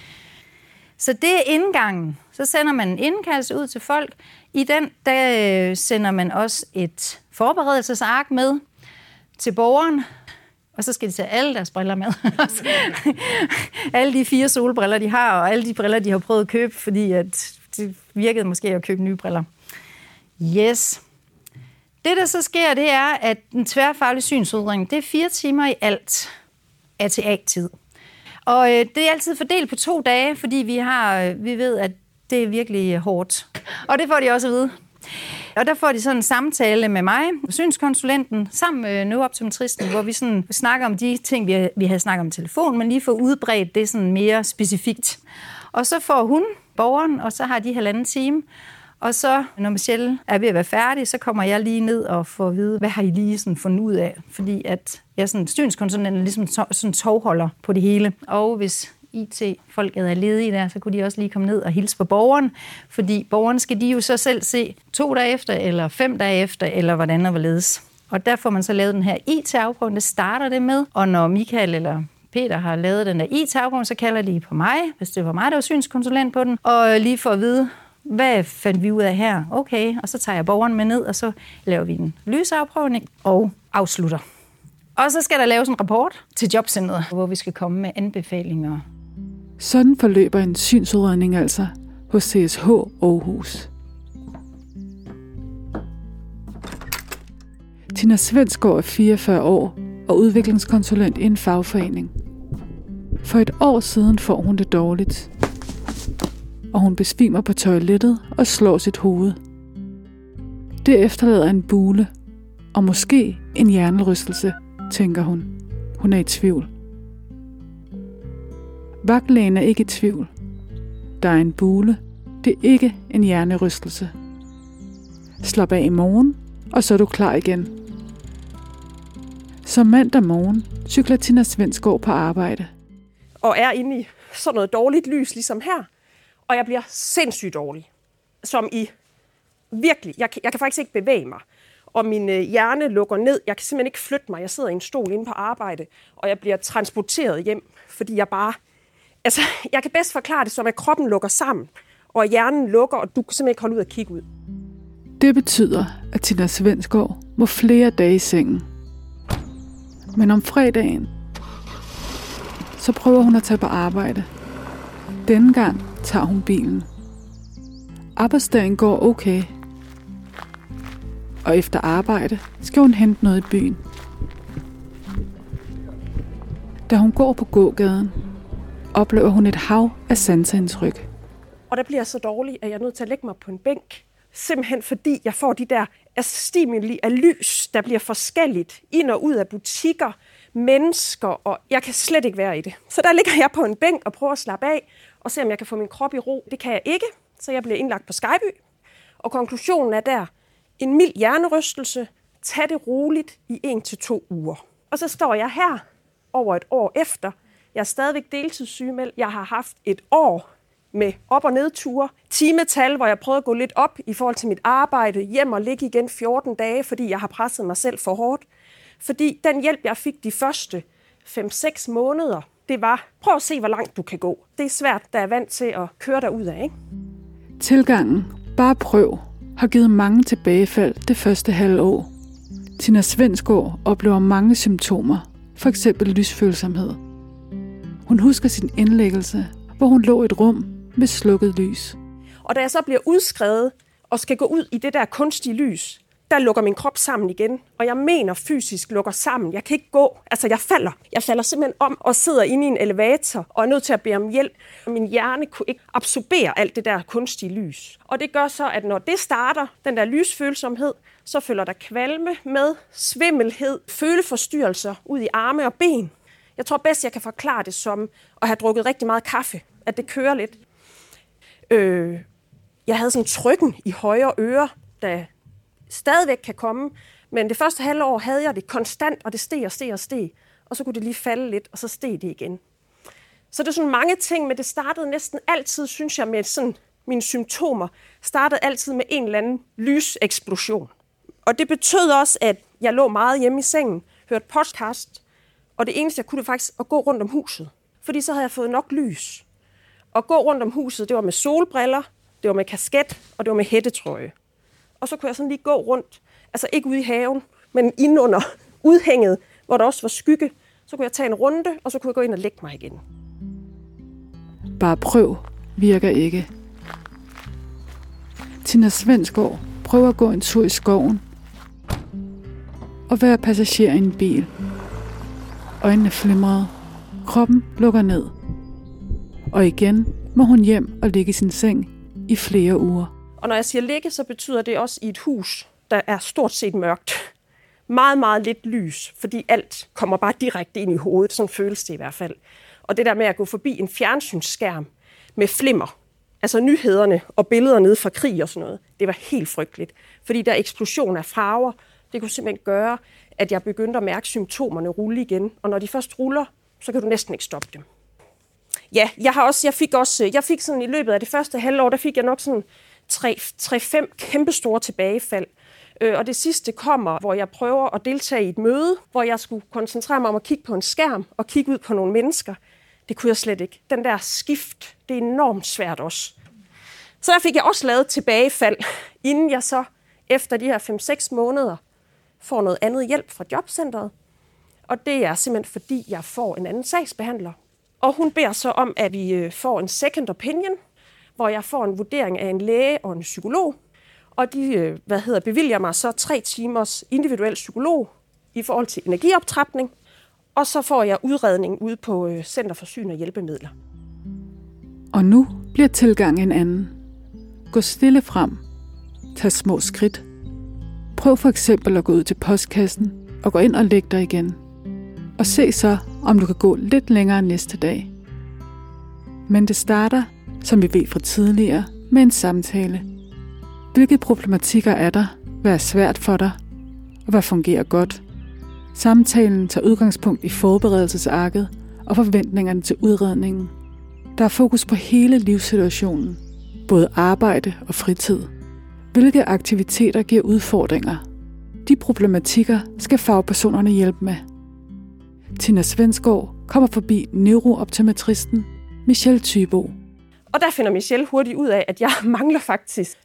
Så det er indgangen. Så sender man en indkaldelse ud til folk. I den, der sender man også et forberedelsesark med til borgeren. Og så skal de tage alle deres briller med. Alle de 4 solbriller, de har, og alle de briller, de har prøvet at købe, fordi at det virkede måske at købe nye briller. Yes. Det, der så sker, det er, at den tværfaglige synsudredning, det er 4 timer i alt ATA-tid. Og det er altid fordelt på 2 dage, fordi vi ved, at det er virkelig hårdt. Og det får de også at vide. Og der får de sådan en samtale med mig, synskonsulenten, sammen med neurooptometristen, hvor vi sådan snakker om de ting, vi havde snakket om i telefon, men lige får udbredt det sådan mere specifikt. Og så får hun borgeren, og så har de 1,5 time. Og så, når Michelle er ved at være færdig, så kommer jeg lige ned og får at vide, hvad har I lige sådan fundet ud af? Fordi at jeg sådan synskonsulenten ligesom sådan tovholder på det hele. Og hvis IT-folket er ledige der, så kunne de også lige komme ned og hilse på borgeren. Fordi borgeren skal de jo så selv se 2 dage efter, eller 5 dage efter, eller hvordan og hvorledes. Og der får man så lavet den her IT-afprøvning, det starter det med. Og når Michael eller Peter har lavet den der IT-afprøvning, så kalder de på mig, hvis det var mig, der var synskonsulent på den, og lige for at vide, hvad fandt vi ud af her? Okay, og så tager jeg borgeren med ned, og så laver vi en lysafprøvning og afslutter. Og så skal der laves en rapport til jobcentret, hvor vi skal komme med anbefalinger. Sådan forløber en synsudredning altså hos CSH Aarhus. Tina Svensgaard er 44 år og udviklingskonsulent i en fagforening. For et år siden får hun det dårligt, og hun besvimer på toilettet og slår sit hoved. Det efterlader en bule, og måske en hjernerystelse, tænker hun. Hun er i tvivl. Vagtlægen er ikke i tvivl. Der er en bule. Det er ikke en hjernerystelse. Slap af i morgen, og så er du klar igen. Så mandag morgen cykler Tina Svensgaard på arbejde. Og er inde i sådan noget dårligt lys, ligesom her. Og jeg bliver sindssygt dårlig. Som i virkelig, jeg kan faktisk ikke bevæge mig. Og min hjerne lukker ned. Jeg kan simpelthen ikke flytte mig. Jeg sidder i en stol inde på arbejde, og jeg bliver transporteret hjem, fordi jeg bare... Altså, jeg kan bedst forklare det som, at kroppen lukker sammen, og hjernen lukker, og du kan simpelthen ikke holde ud og kigge ud. Det betyder, at Tina Svensgaard må flere dage i sengen. Men om fredagen, så prøver hun at tage på arbejde. Denne gang tager hun bilen. Arbejdsdagen går okay. Og efter arbejde skal hun hente noget i byen. Da hun går på gågaden, oplever hun et hav af sanseindtryk. Og der bliver jeg så dårlig, at jeg er nødt til at lægge mig på en bænk. Simpelthen fordi jeg får de der stimuli af lys, der bliver forskelligt ind og ud af butikker, mennesker, og jeg kan slet ikke være i det. Så der ligger jeg på en bænk og prøver at slappe af og se, om jeg kan få min krop i ro. Det kan jeg ikke, så jeg bliver indlagt på Skyby. Og konklusionen er der, en mild hjernerystelse, tag det roligt i 1 til 2 uger. Og så står jeg her over et år efter. Jeg er stadigvæk deltidssygemeldt. Jeg har haft et år med op- og nedture. Timetal, hvor jeg prøvede at gå lidt op i forhold til mit arbejde. Hjem og ligge igen 14 dage, fordi jeg har presset mig selv for hårdt. Fordi den hjælp, jeg fik de første 5-6 måneder, det var, prøv at se, hvor langt du kan gå. Det er svært, der er vant til at køre derudad, ikke? Tilgangen, bare prøv, har givet mange tilbagefald det første halve år. Tina Svensgaard oplever mange symptomer, f.eks. lysfølsomhed. Hun husker sin indlæggelse, hvor hun lå i et rum med slukket lys. Og da jeg så bliver udskrevet og skal gå ud i det der kunstige lys, der lukker min krop sammen igen. Og jeg mener fysisk lukker sammen. Jeg kan ikke gå. Altså, jeg falder. Jeg falder simpelthen om og sidder inde i en elevator og er nødt til at bede om hjælp. Min hjerne kunne ikke absorbere alt det der kunstige lys. Og det gør så, at når det starter, den der lysfølsomhed, så følger der kvalme med, svimmelhed, føleforstyrrelser ud i arme og ben. Jeg tror bedst, jeg kan forklare det som at have drukket rigtig meget kaffe. At det kører lidt. Jeg havde sådan trykken i højre øre, der stadigvæk kan komme. Men det første halve år havde jeg det konstant, og det steg og steg og steg. Og så kunne det lige falde lidt, og så steg det igen. Så det er sådan mange ting, men det startede næsten altid, synes jeg, med sådan, mine symptomer, startede altid med en eller anden lyseksplosion. Og det betød også, at jeg lå meget hjemme i sengen, hørte podcast, og det eneste, jeg kunne, det faktisk at gå rundt om huset. Fordi så havde jeg fået nok lys. Og gå rundt om huset, det var med solbriller, det var med kasket, og det var med hættetrøje. Og så kunne jeg sådan lige gå rundt, altså ikke ude i haven, men inde under udhænget, hvor der også var skygge. Så kunne jeg tage en runde, og så kunne jeg gå ind og lægge mig igen. Bare prøv virker ikke. Tina Svensgaard prøver at gå en tur i skoven og være passager i en bil. Øjnene flimrede. Kroppen lukker ned. Og igen må hun hjem og ligge i sin seng i flere uger. Og når jeg siger ligge, så betyder det også i et hus, der er stort set mørkt. Meget, meget lidt lys, fordi alt kommer bare direkte ind i hovedet. Sådan føles det i hvert fald. Og det der med at gå forbi en fjernsynsskærm med flimmer, altså nyhederne og billeder nede fra krig og sådan noget. Det var helt frygteligt, fordi der eksplosion af farver, det kunne simpelthen gøre, at jeg begyndte at mærke symptomerne rulle igen. Og når de først ruller, så kan du næsten ikke stoppe dem. Ja, jeg fik sådan i løbet af det første halvår, der fik jeg nok sådan 3-5 kæmpestore tilbagefald. Og det sidste kommer, hvor jeg prøver at deltage i et møde, hvor jeg skulle koncentrere mig om at kigge på en skærm og kigge ud på nogle mennesker. Det kunne jeg slet ikke. Den der skift, det er enormt svært også. Så der fik jeg også lavet tilbagefald, inden jeg så efter de her 5-6 måneder får noget andet hjælp fra jobcentret. Og det er simpelthen fordi, jeg får en anden sagsbehandler. Og hun beder så om, at vi får en second opinion, hvor jeg får en vurdering af en læge og en psykolog. Og de bevilger mig så 3 timers individuel psykolog i forhold til energioptrapning. Og så får jeg udredning ude på Center for Syn og Hjælpemidler. Og nu bliver tilgangen en anden. Gå stille frem. Tag små skridt. Prøv for eksempel at gå ud til postkassen og gå ind og læg dig igen. Og se så, om du kan gå lidt længere næste dag. Men det starter, som vi ved fra tidligere, med en samtale. Hvilke problematikker er der? Hvad er svært for dig? Og hvad fungerer godt? Samtalen tager udgangspunkt i forberedelsesarket og forventningerne til udredningen. Der er fokus på hele livssituationen, både arbejde og fritid. Hvilke aktiviteter giver udfordringer? De problematikker skal fagpersonerne hjælpe med. Tina Svensgaard kommer forbi neurooptometristen Michelle Thybo. Og der finder Michelle hurtigt ud af, at jeg mangler faktisk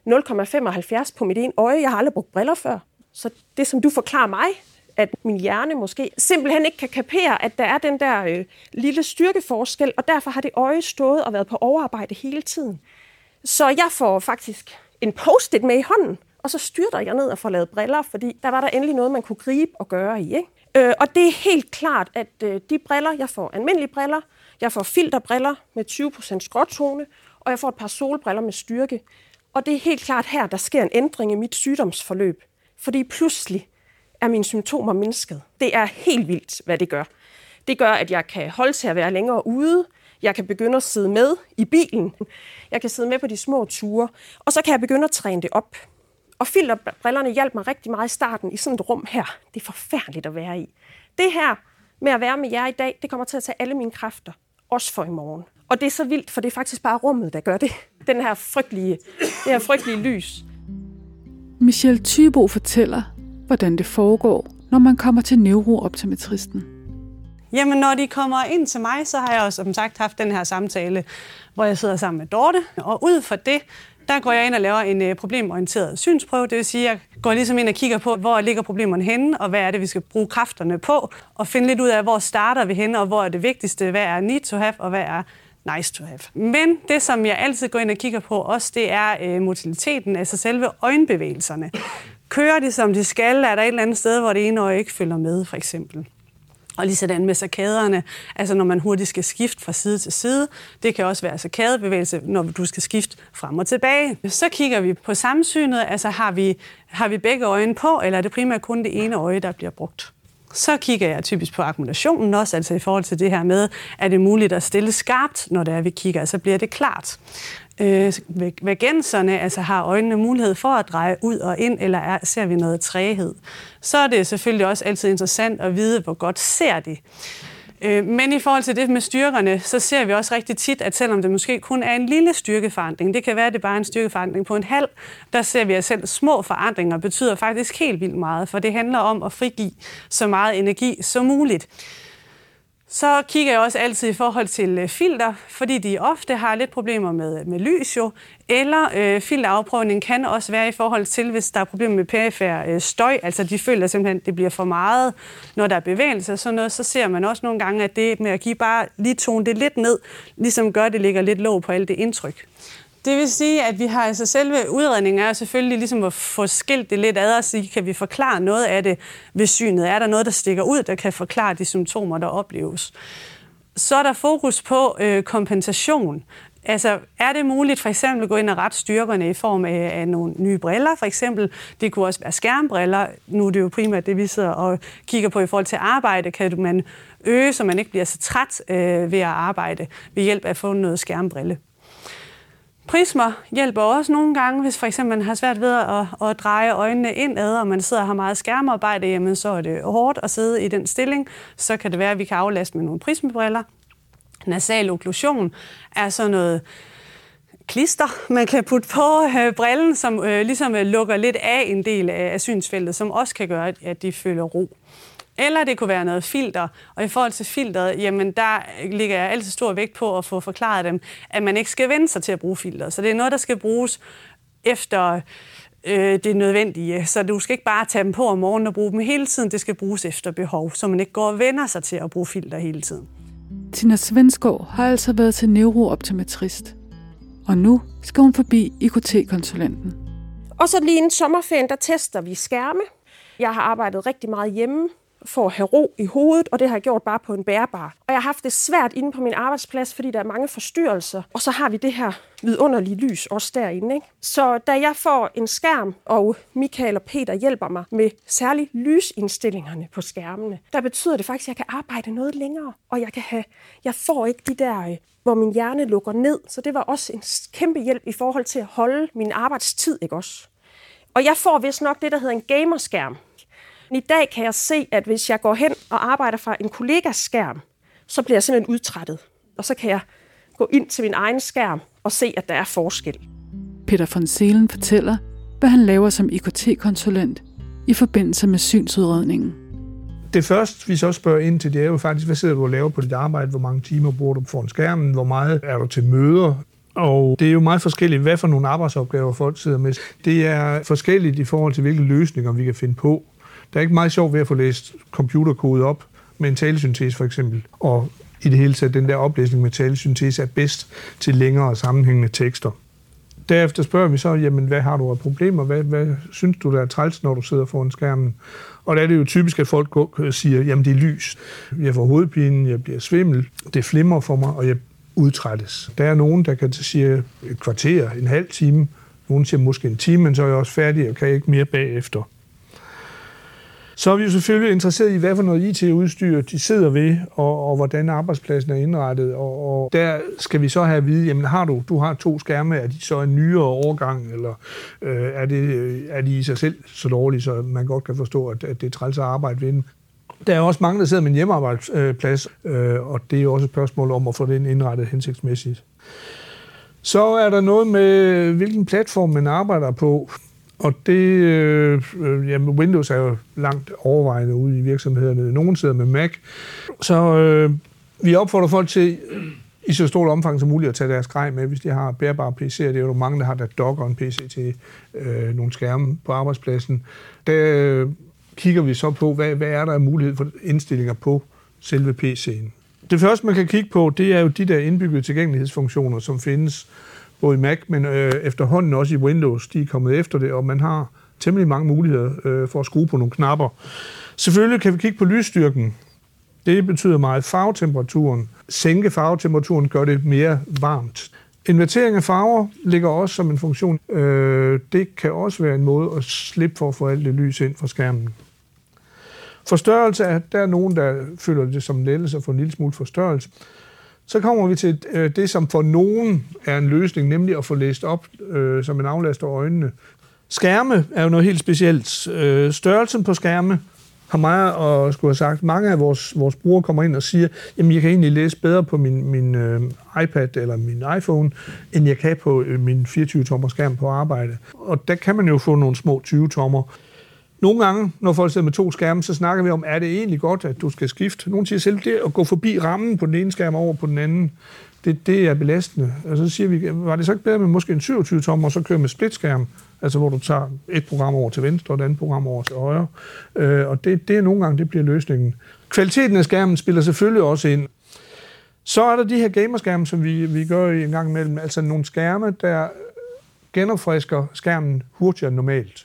0,75 på mit ene øje. Jeg har aldrig brugt briller før. Så det, som du forklarer mig, at min hjerne måske simpelthen ikke kan kapere, at der er den der lille styrkeforskel, og derfor har det øje stået og været på overarbejde hele tiden. Så jeg får faktisk en post-it med i hånden, og så styrter jeg ned og får lavet briller, fordi der var der endelig noget, man kunne gribe og gøre i. Ikke? Og det er helt klart, at de briller, jeg får almindelige briller, jeg får filterbriller med 20% skråtone, og jeg får et par solbriller med styrke. Og det er helt klart her, der sker en ændring i mit sygdomsforløb, fordi pludselig er mine symptomer mindsket. Det er helt vildt, hvad det gør. Det gør, at jeg kan holde til at være længere ude. Jeg kan begynde at sidde med i bilen. Jeg kan sidde med på de små ture. Og så kan jeg begynde at træne det op. Og filterbrillerne hjalp mig rigtig meget i starten i sådan et rum her. Det er forfærdeligt at være i. Det her med at være med jer i dag, det kommer til at tage alle mine kræfter. Også for i morgen. Og det er så vildt, for det er faktisk bare rummet, der gør det. Det her frygtelige lys. Michelle Thybo fortæller, hvordan det foregår, når man kommer til neurooptometristen. Jamen, når de kommer ind til mig, så har jeg også som sagt haft den her samtale, hvor jeg sidder sammen med Dorte. Og ud fra det, der går jeg ind og laver en problemorienteret synsprøve. Det vil sige, at jeg går ligesom ind og kigger på, hvor ligger problemerne henne, og hvad er det, vi skal bruge kræfterne på, og finde lidt ud af, hvor starter vi henne, og hvor er det vigtigste, hvad er need to have, og hvad er nice to have. Men det, som jeg altid går ind og kigger på også, det er motiliteten, altså selve øjenbevægelserne. Kører de, som de skal? Er der et eller andet sted, hvor det ene øje ikke følger med, for eksempel? Og lige sådan med sakkaderne, altså når man hurtigt skal skifte fra side til side. Det kan også være sakkadebevægelse, når du skal skifte frem og tilbage. Så kigger vi på samsynet, altså har vi begge øjne på, eller er det primært kun det ene øje, der bliver brugt? Så kigger jeg typisk på akkomodationen også, altså i forhold til det her med, er det muligt at stille skarpt, når det er, vi kigger, så bliver det klart. Vagenserne, altså har øjnene mulighed for at dreje ud og ind, eller ser vi noget træghed. Så er det selvfølgelig også altid interessant at vide, hvor godt ser de. Men i forhold til det med styrkerne, så ser vi også rigtig tit, at selvom det måske kun er en lille styrkeforandring, det kan være, at det bare er en styrkeforandring på en halv, der ser vi, at selv små forandringer betyder faktisk helt vildt meget, for det handler om at frigive så meget energi som muligt. Så kigger jeg også altid i forhold til filter, fordi de ofte har lidt problemer med lys jo, eller filterafprøvning kan også være i forhold til, hvis der er problemer med perifer støj, altså de føler simpelthen, at det bliver for meget, når der er bevægelse og sådan noget, så ser man også nogle gange, at det med at give bare lige tone det lidt ned, ligesom gør, at det ligger lidt låg på alt det indtryk. Det vil sige, at vi har altså selve udredningen er selvfølgelig ligesom at få skilt det lidt ad og sige, kan vi forklare noget af det ved synet? Er der noget, der stikker ud, der kan forklare de symptomer, der opleves? Så er der fokus på kompensation. Altså, er det muligt for eksempel at gå ind og rette styrkerne i form af nogle nye briller, for eksempel? Det kunne også være skærmbriller. Nu er det jo primært det, vi sidder og kigger på i forhold til arbejde. Kan man øge, så man ikke bliver så træt ved at arbejde ved hjælp af at få noget skærmbrille? Prismer hjælper også nogle gange, hvis for eksempel man har svært ved at dreje øjnene indad, og man sidder og har meget skærmarbejde, jamen så er det hårdt at sidde i den stilling. Så kan det være, at vi kan aflaste med nogle prismebriller. Nasal okklusion er sådan noget klister, man kan putte på brillen, som ligesom lukker lidt af en del af synsfeltet, som også kan gøre, at de føler ro. Eller det kunne være noget filter, og i forhold til filteret, jamen der ligger jeg altid stor vægt på at få forklaret dem, at man ikke skal vende sig til at bruge filteret. Så det er noget, der skal bruges efter det nødvendige. Så du skal ikke bare tage dem på om morgenen og bruge dem hele tiden, det skal bruges efter behov, så man ikke går og vender sig til at bruge filter hele tiden. Tina Svensgaard har altså været til neurooptometrist, og nu skal hun forbi IKT-konsulenten. Og så lige inden sommerferien, der tester vi skærme. Jeg har arbejdet rigtig meget hjemme for at have ro i hovedet, og det har jeg gjort bare på en bærbar. Og jeg har haft det svært inde på min arbejdsplads, fordi der er mange forstyrrelser. Og så har vi det her vidunderlige lys også derinde, ikke? Så da jeg får en skærm, og Michael og Peter hjælper mig med særligt lysindstillingerne på skærmene, der betyder det faktisk, at jeg kan arbejde noget længere. Og jeg får ikke de der, hvor min hjerne lukker ned. Så det var også en kæmpe hjælp i forhold til at holde min arbejdstid, ikke også? Og jeg får vist nok det, der hedder en gamerskærm. I dag kan jeg se, at hvis jeg går hen og arbejder fra en kollegas skærm, så bliver jeg simpelthen udtrættet. Og så kan jeg gå ind til min egen skærm og se, at der er forskel. Peter von Seelen fortæller, hvad han laver som IKT-konsulent i forbindelse med synsudredningen. Det første, vi så spørger ind til, det er jo faktisk, hvad sidder du og laver på dit arbejde? Hvor mange timer bruger du foran skærmen? Hvor meget er du til møder? Og det er jo meget forskelligt, hvad for nogle arbejdsopgaver folk sidder med. Det er forskelligt i forhold til, hvilke løsninger vi kan finde på. Der er ikke meget sjovt ved at få læst computerkode op med en talesyntese for eksempel. Og i det hele taget, den der oplæsning med talesyntese er bedst til længere sammenhængende tekster. Derefter spørger vi så, jamen, hvad har du af problemer? Hvad synes du, der er træls, når du sidder foran skærmen? Og der er det jo typisk, at folk siger, jamen det er lys. Jeg får hovedpine, jeg bliver svimmel, det flimrer for mig, og jeg udtrættes. Der er nogen, der kan sige et kvarter, en halv time. Nogen siger måske en time, men så er jeg også færdig og kan ikke mere bagefter. Så er vi jo selvfølgelig interesseret i, hvad for noget IT-udstyr de sidder ved, og hvordan arbejdspladsen er indrettet. Og der skal vi så have at vide, jamen du har 2 skærme, er de så en nyere årgang, eller er de i sig selv så dårlige, så man godt kan forstå, at det er træls at arbejde ved dem. Der er også mange, der sidder med en hjemmearbejdsplads, og det er jo også et spørgsmål om at få den indrettet hensigtsmæssigt. Så er der noget med, hvilken platform man arbejder på. Og det, Windows er jo langt overvejende ude i virksomhederne. Nogen sidder med Mac. Så vi opfordrer folk til i så stort omfang som muligt at tage deres grej med, hvis de har bærbare PC'er. Det er jo mange, der har der docker en PC til nogle skærme på arbejdspladsen. Der kigger vi så på, hvad er der af mulighed for indstillinger på selve PC'en. Det første, man kan kigge på, det er jo de der indbyggede tilgængelighedsfunktioner, som findes både i Mac, men efterhånden også i Windows. De er kommet efter det, og man har temmelig mange muligheder for at skrue på nogle knapper. Selvfølgelig kan vi kigge på lysstyrken. Det betyder meget farvetemperaturen. Sænke farvetemperaturen gør det mere varmt. Invertering af farver ligger også som en funktion. Det kan også være en måde at slippe for at få alt det lys ind fra skærmen. Forstørrelse, der er nogen, der føler det som lettelse at få en lille smule forstørrelse. Så kommer vi til det, som for nogen er en løsning, nemlig at få læst op som en aflast af øjnene. Skærme er jo noget helt specielt. Størrelsen på skærme har meget at skulle have sagt. Mange af vores brugere kommer ind og siger, jamen jeg kan egentlig læse bedre på min iPad eller min iPhone, end jeg kan på min 24-tommer skærm på arbejde. Og der kan man jo få nogle små 20-tommer. Nogle gange, når folk sidder med 2 skærme, så snakker vi om, er det egentlig godt, at du skal skifte? Nogle siger selv, det at gå forbi rammen på den ene skærm over på den anden, det er belastende. Og så siger vi, var det så ikke bedre med måske en 27-tommer, og så kører med splitskærm, altså hvor du tager et program over til venstre og et andet program over til højre. Og det er nogle gange, det bliver løsningen. Kvaliteten af skærmen spiller selvfølgelig også ind. Så er der de her gamerskærme, som vi gør en gang imellem, altså nogle skærme, der genopfrisker skærmen hurtigere end normalt.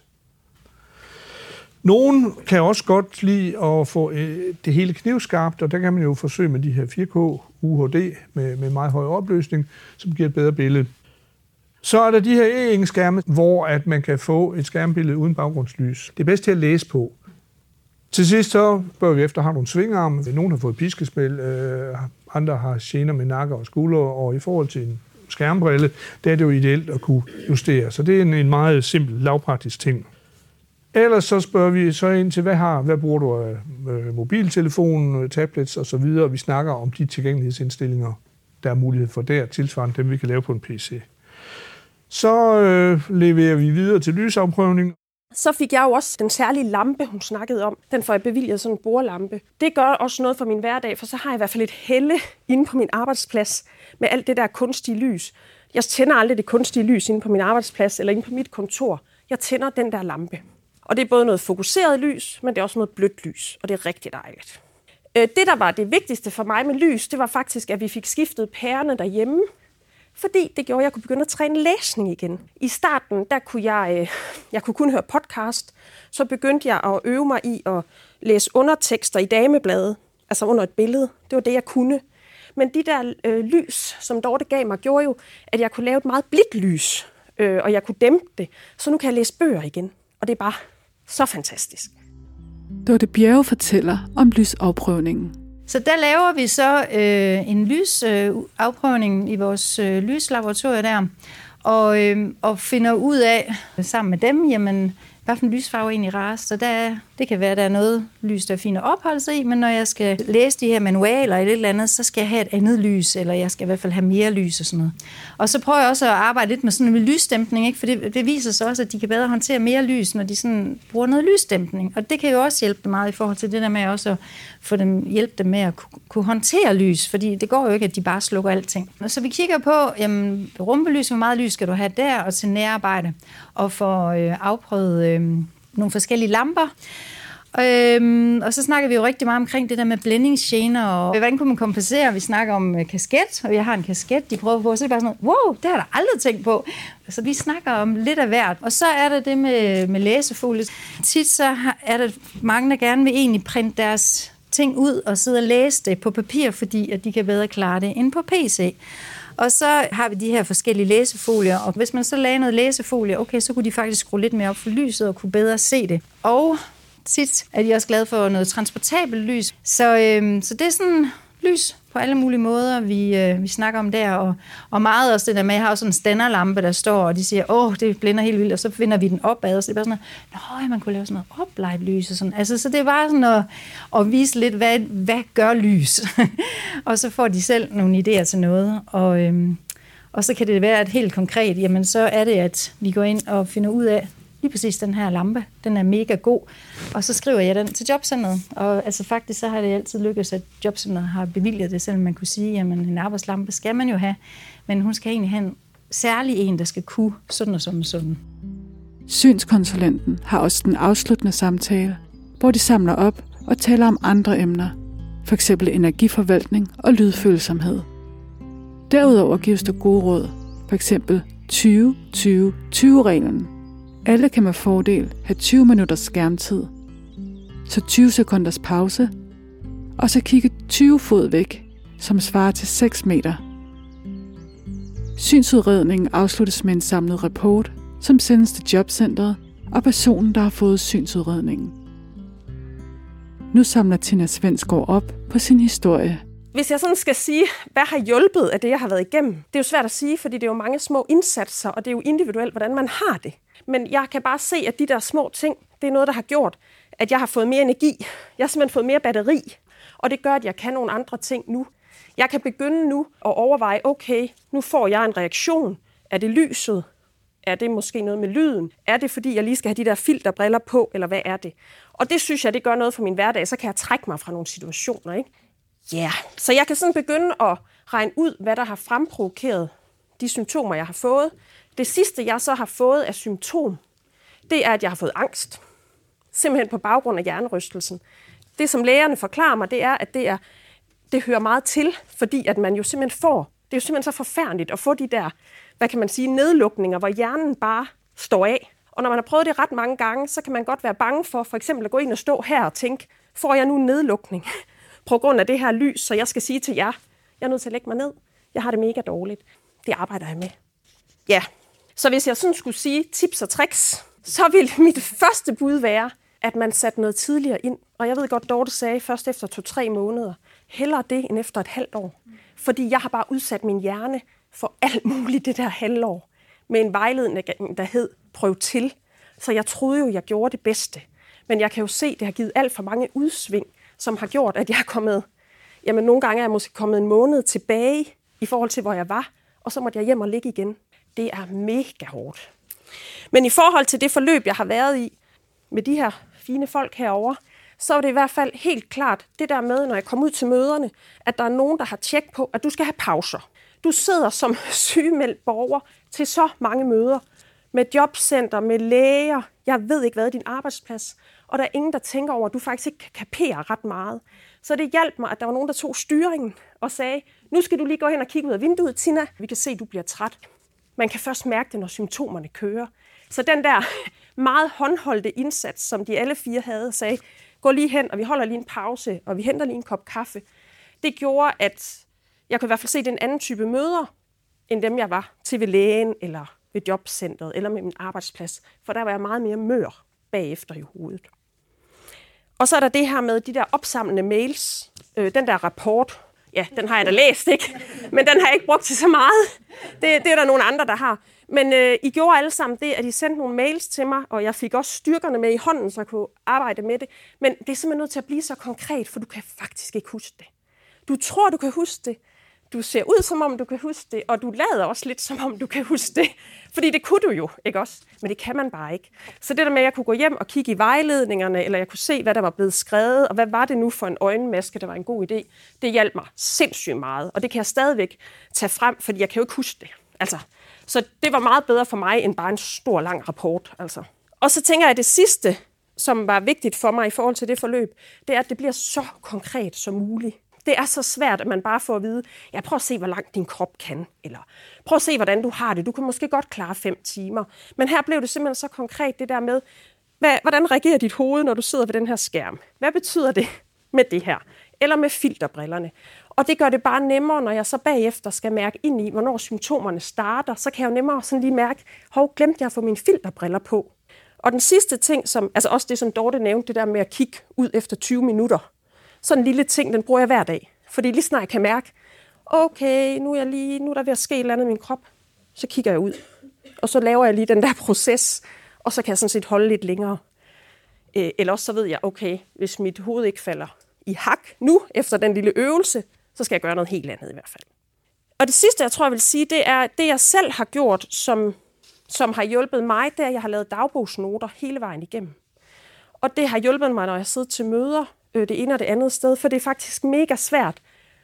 Nogen kan også godt lide at få det hele knivskarpt, og der kan man jo forsøge med de her 4K UHD med meget høj opløsning, som giver et bedre billede. Så er der de her e-ink-skærme, hvor at man kan få et skærmbillede uden baggrundslys. Det er bedst til at læse på. Til sidst så bør vi efter, har du en svingarm. Nogen har fået piskespil, andre har gener med nakke og skuldre, og i forhold til en skærmbrille, der er det jo ideelt at kunne justere. Så det er en meget simpel, lavpraktisk ting. Ellers så spørger vi så ind til, hvad bruger du af mobiltelefon, tablets osv., og vi snakker om de tilgængelighedsindstillinger, der er mulighed for der, tilsvarende dem, vi kan lave på en PC. Så leverer vi videre til lysafprøvning. Så fik jeg jo også den særlige lampe, hun snakkede om. Den får jeg bevilget, sådan en bordlampe. Det gør også noget for min hverdag, for så har jeg i hvert fald et helle inde på min arbejdsplads med alt det der kunstige lys. Jeg tænder aldrig det kunstige lys inde på min arbejdsplads eller inde på mit kontor. Jeg tænder den der lampe. Og det er både noget fokuseret lys, men det er også noget blødt lys, og det er rigtig dejligt. Det, der var det vigtigste for mig med lys, det var faktisk, at vi fik skiftet pærerne derhjemme, fordi det gjorde, at jeg kunne begynde at træne læsning igen. I starten, der kunne jeg kunne kun høre podcast, så begyndte jeg at øve mig i at læse undertekster i dameblade, altså under et billede. Det var det, jeg kunne. Men de der lys, som Dorte gav mig, gjorde jo, at jeg kunne lave et meget blidt lys, og jeg kunne dæmpe det. Så nu kan jeg læse bøger igen, og det er bare så fantastisk. Dorte Bjerge fortæller om lysafprøvningen. Så der laver vi så en lysafprøvning i vores lyslaboratorie der, og finder ud af, sammen med dem, jamen, hvad for en lysfarve egentlig rarest. Så det kan være, at der er noget lys, der er fint at opholde sig i, men når jeg skal læse de her manualer eller et eller andet, så skal jeg have et andet lys, eller jeg skal i hvert fald have mere lys og sådan noget. Og så prøver jeg også at arbejde lidt med sådan en lysdæmpning, ikke? For det viser sig også, at de kan bedre håndtere mere lys, når de sådan bruger noget lysdæmpning. Og det kan jo også hjælpe dem meget i forhold til det der med også at få hjælpe dem med at kunne håndtere lys, fordi det går jo ikke, at de bare slukker alting. Og så vi kigger på, jamen, rumpelys, hvor meget lys skal du have der, og til nærarbejde, og få afprøvet nogle forskellige lamper. Og så snakker vi jo rigtig meget omkring det der med blændingsgener, og hvordan kunne man kompensere? Vi snakker om kasket, og jeg har en kasket, de prøver på, så er det bare sådan noget, wow, det har jeg da aldrig tænkt på. Så vi snakker om lidt af hvert. Og så er der det med læsefolie. Tit så er der mange, der gerne vil egentlig printe deres ting ud og sidde og læse det på papir, fordi at de kan bedre klare det end på PC. Og så har vi de her forskellige læsefolier, og hvis man så lagde noget læsefolie, okay, så kunne de faktisk skrue lidt mere op for lyset og kunne bedre se det. Og tit er de også glade for noget transportabelt lys. Så det er sådan lys på alle mulige måder, vi snakker om der. Og meget også det der med, at jeg har også sådan en stænderlampe, der står, og de siger, det blænder helt vildt, og så finder vi den opad, og så det er bare sådan, man kunne lave sådan noget oplight lys og sådan. Altså, så det er bare sådan at vise lidt, hvad gør lys? Og så får de selv nogle idéer til noget, og så kan det være, at helt konkret, jamen så er det, at vi går ind og finder ud af, lige præcis den her lampe, den er mega god, og så skriver jeg den til jobcentret. Og altså faktisk så har det altid lykkedes, at jobcentret har bevilget det, selvom man kunne sige, jamen en arbejdslampe skal man jo have, men hun skal egentlig have en særlig en, der skal kunne sådan og sådan og sådan. Synskonsulenten har også den afsluttende samtale, hvor de samler op og taler om andre emner, f.eks. energiforvaltning og lydfølsomhed. Derudover gives der gode råd, f.eks. 20-20-20-reglen. Alle kan med fordel have 20 minutters skærmtid, så 20 sekunders pause, og så kigge 20 fod væk, som svarer til 6 meter. Synsudredningen afsluttes med en samlet rapport, som sendes til jobcentret og personen, der har fået synsudredningen. Nu samler Tina Svensgaard op på sin historie. Hvis jeg sådan skal sige, hvad har hjulpet af det, jeg har været igennem, det er jo svært at sige, fordi det er jo mange små indsatser, og det er jo individuelt, hvordan man har det. Men jeg kan bare se, at de der små ting, det er noget, der har gjort, at jeg har fået mere energi. Jeg har simpelthen fået mere batteri, og det gør, at jeg kan nogle andre ting nu. Jeg kan begynde nu at overveje, okay, nu får jeg en reaktion. Er det lyset? Er det måske noget med lyden? Er det, fordi jeg lige skal have de der filterbriller på, eller hvad er det? Og det synes jeg, det gør noget for min hverdag, så kan jeg trække mig fra nogle situationer, ikke? Ja, yeah. Så jeg kan sådan begynde at regne ud, hvad der har fremprovokeret de symptomer, jeg har fået. Det sidste, jeg så har fået af symptom, det er, at jeg har fået angst. Simpelthen på baggrund af hjernerystelsen. Det, som lægerne forklarer mig, det er, at det hører meget til, fordi at man jo simpelthen får, det er jo simpelthen så forfærdeligt at få de der, hvad kan man sige, nedlukninger, hvor hjernen bare står af. Og når man har prøvet det ret mange gange, så kan man godt være bange for eksempel at gå ind og stå her og tænke, får jeg nu en nedlukning på grund af det her lys, så jeg skal sige til jer, jeg er nødt til at lægge mig ned. Jeg har det mega dårligt. Det arbejder jeg med. Ja, så hvis jeg sådan skulle sige tips og tricks, så ville mit første bud være, at man satte noget tidligere ind. Og jeg ved godt, Dorte sagde først efter 2-3 måneder. Hellere det end efter et halvt år. Fordi jeg har bare udsat min hjerne for alt muligt det der halvår med en vejledning, der hed Prøv til. Så jeg troede jo, jeg gjorde det bedste. Men jeg kan jo se, at det har givet alt for mange udsving, som har gjort, at jeg er kommet... Jamen, nogle gange er jeg måske kommet en måned tilbage i forhold til, hvor jeg var, og så måtte jeg hjem og ligge igen. Det er mega hårdt. Men i forhold til det forløb, jeg har været i med de her fine folk herovre, så er det i hvert fald helt klart det der med, når jeg kommer ud til møderne, at der er nogen, der har tjek på, at du skal have pauser. Du sidder som sygemeldt borger til så mange møder med jobcenter, med læger, jeg ved ikke hvad, din arbejdsplads, og der er ingen, der tænker over, at du faktisk ikke kan kapere ret meget. Så det hjalp mig, at der var nogen, der tog styringen og sagde, nu skal du lige gå hen og kigge ud af vinduet, Tina. Vi kan se, at du bliver træt. Man kan først mærke det, når symptomerne kører. Så den der meget håndholdte indsats, som de alle 4 havde, sagde, gå lige hen, og vi holder lige en pause, og vi henter lige en kop kaffe. Det gjorde, at jeg kunne i hvert fald se den anden type møder, end dem jeg var til ved lægen, eller ved jobcentret, eller med min arbejdsplads. For der var jeg meget mere mør bagefter i hovedet. Og så er der det her med de der opsamlende mails. Den der rapport, ja, den har jeg da læst, ikke? Men den har jeg ikke brugt til så meget. Det er der nogle andre, der har. Men I gjorde alle sammen det, at I sendte nogle mails til mig, og jeg fik også styrkerne med i hånden, så jeg kunne arbejde med det. Men det er simpelthen nødt til at blive så konkret, for du kan faktisk ikke huske det. Du tror, du kan huske det. Du ser ud, som om du kan huske det, og du lader også lidt, som om du kan huske det. Fordi det kunne du jo, ikke også? Men det kan man bare ikke. Så det der med, at jeg kunne gå hjem og kigge i vejledningerne, eller jeg kunne se, hvad der var blevet skrevet, og hvad var det nu for en øjenmaske, der var en god idé, det hjalp mig sindssygt meget. Og det kan jeg stadigvæk tage frem, fordi jeg kan jo ikke huske det. Altså, så det var meget bedre for mig, end bare en stor, lang rapport. Altså. Og så tænker jeg, at det sidste, som var vigtigt for mig i forhold til det forløb, det er, at det bliver så konkret som muligt. Det er så svært, at man bare får at vide, ja, prøv at se, hvor langt din krop kan, eller prøv at se, hvordan du har det. Du kan måske godt klare 5 timer. Men her blev det simpelthen så konkret, det der med, hvordan reagerer dit hoved, når du sidder ved den her skærm? Hvad betyder det med det her? Eller med filterbrillerne? Og det gør det bare nemmere, når jeg så bagefter skal mærke ind i, hvornår symptomerne starter. Så kan jeg jo nemmere sådan lige mærke, glemte jeg at få mine filterbriller på. Og den sidste ting, altså også det, som Dorte nævnte, det der med at kigge ud efter 20 minutter. Sådan en lille ting, den bruger jeg hver dag. Fordi lige snart jeg kan mærke, okay, nu er der ved at ske et eller andet i min krop, så kigger jeg ud. Og så laver jeg lige den der proces, og så kan jeg sådan set holde lidt længere. Eller også så ved jeg, okay, hvis mit hoved ikke falder i hak nu, efter den lille øvelse, så skal jeg gøre noget helt andet i hvert fald. Og det sidste, jeg tror, jeg vil sige, det er det, jeg selv har gjort, som har hjulpet mig, det er, at jeg har lavet dagbogsnoter hele vejen igennem. Og det har hjulpet mig, når jeg sidder til møder, det ene og det andet sted, for det er faktisk mega svært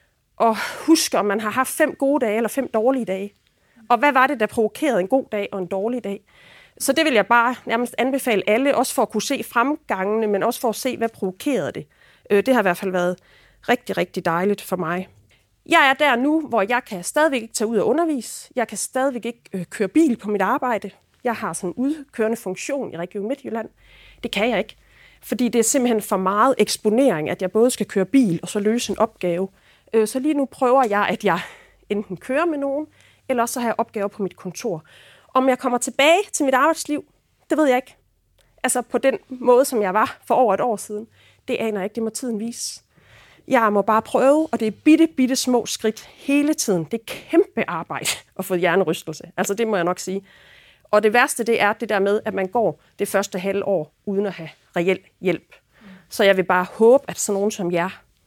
at huske, om man har haft 5 gode dage eller 5 dårlige dage. Og hvad var det, der provokerede en god dag og en dårlig dag? Så det vil jeg bare nærmest anbefale alle, også for at kunne se fremgangene, men også for at se, hvad provokerede det. Det har i hvert fald været rigtig, rigtig dejligt for mig. Jeg er der nu, hvor jeg kan stadigvæk ikke tage ud og undervise. Jeg kan stadigvæk ikke køre bil på mit arbejde. Jeg har sådan en udkørende funktion i Region Midtjylland. Det kan jeg ikke. Fordi det er simpelthen for meget eksponering, at jeg både skal køre bil og så løse en opgave. Så lige nu prøver jeg, at jeg enten kører med nogen, eller også så har jeg opgaver på mit kontor. Om jeg kommer tilbage til mit arbejdsliv, det ved jeg ikke. Altså på den måde, som jeg var for over et år siden. Det aner jeg ikke, det må tiden vise. Jeg må bare prøve, og det er bitte små skridt hele tiden. Det er kæmpe arbejde at få hjernerystelse. Altså det må jeg nok sige. Og det værste, det er det der med, at man går det første halve år uden at have reel hjælp. Så jeg vil bare håbe, at sådan nogen som jer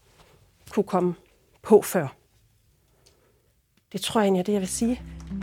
kunne komme på før. Det tror jeg egentlig er det, jeg vil sige.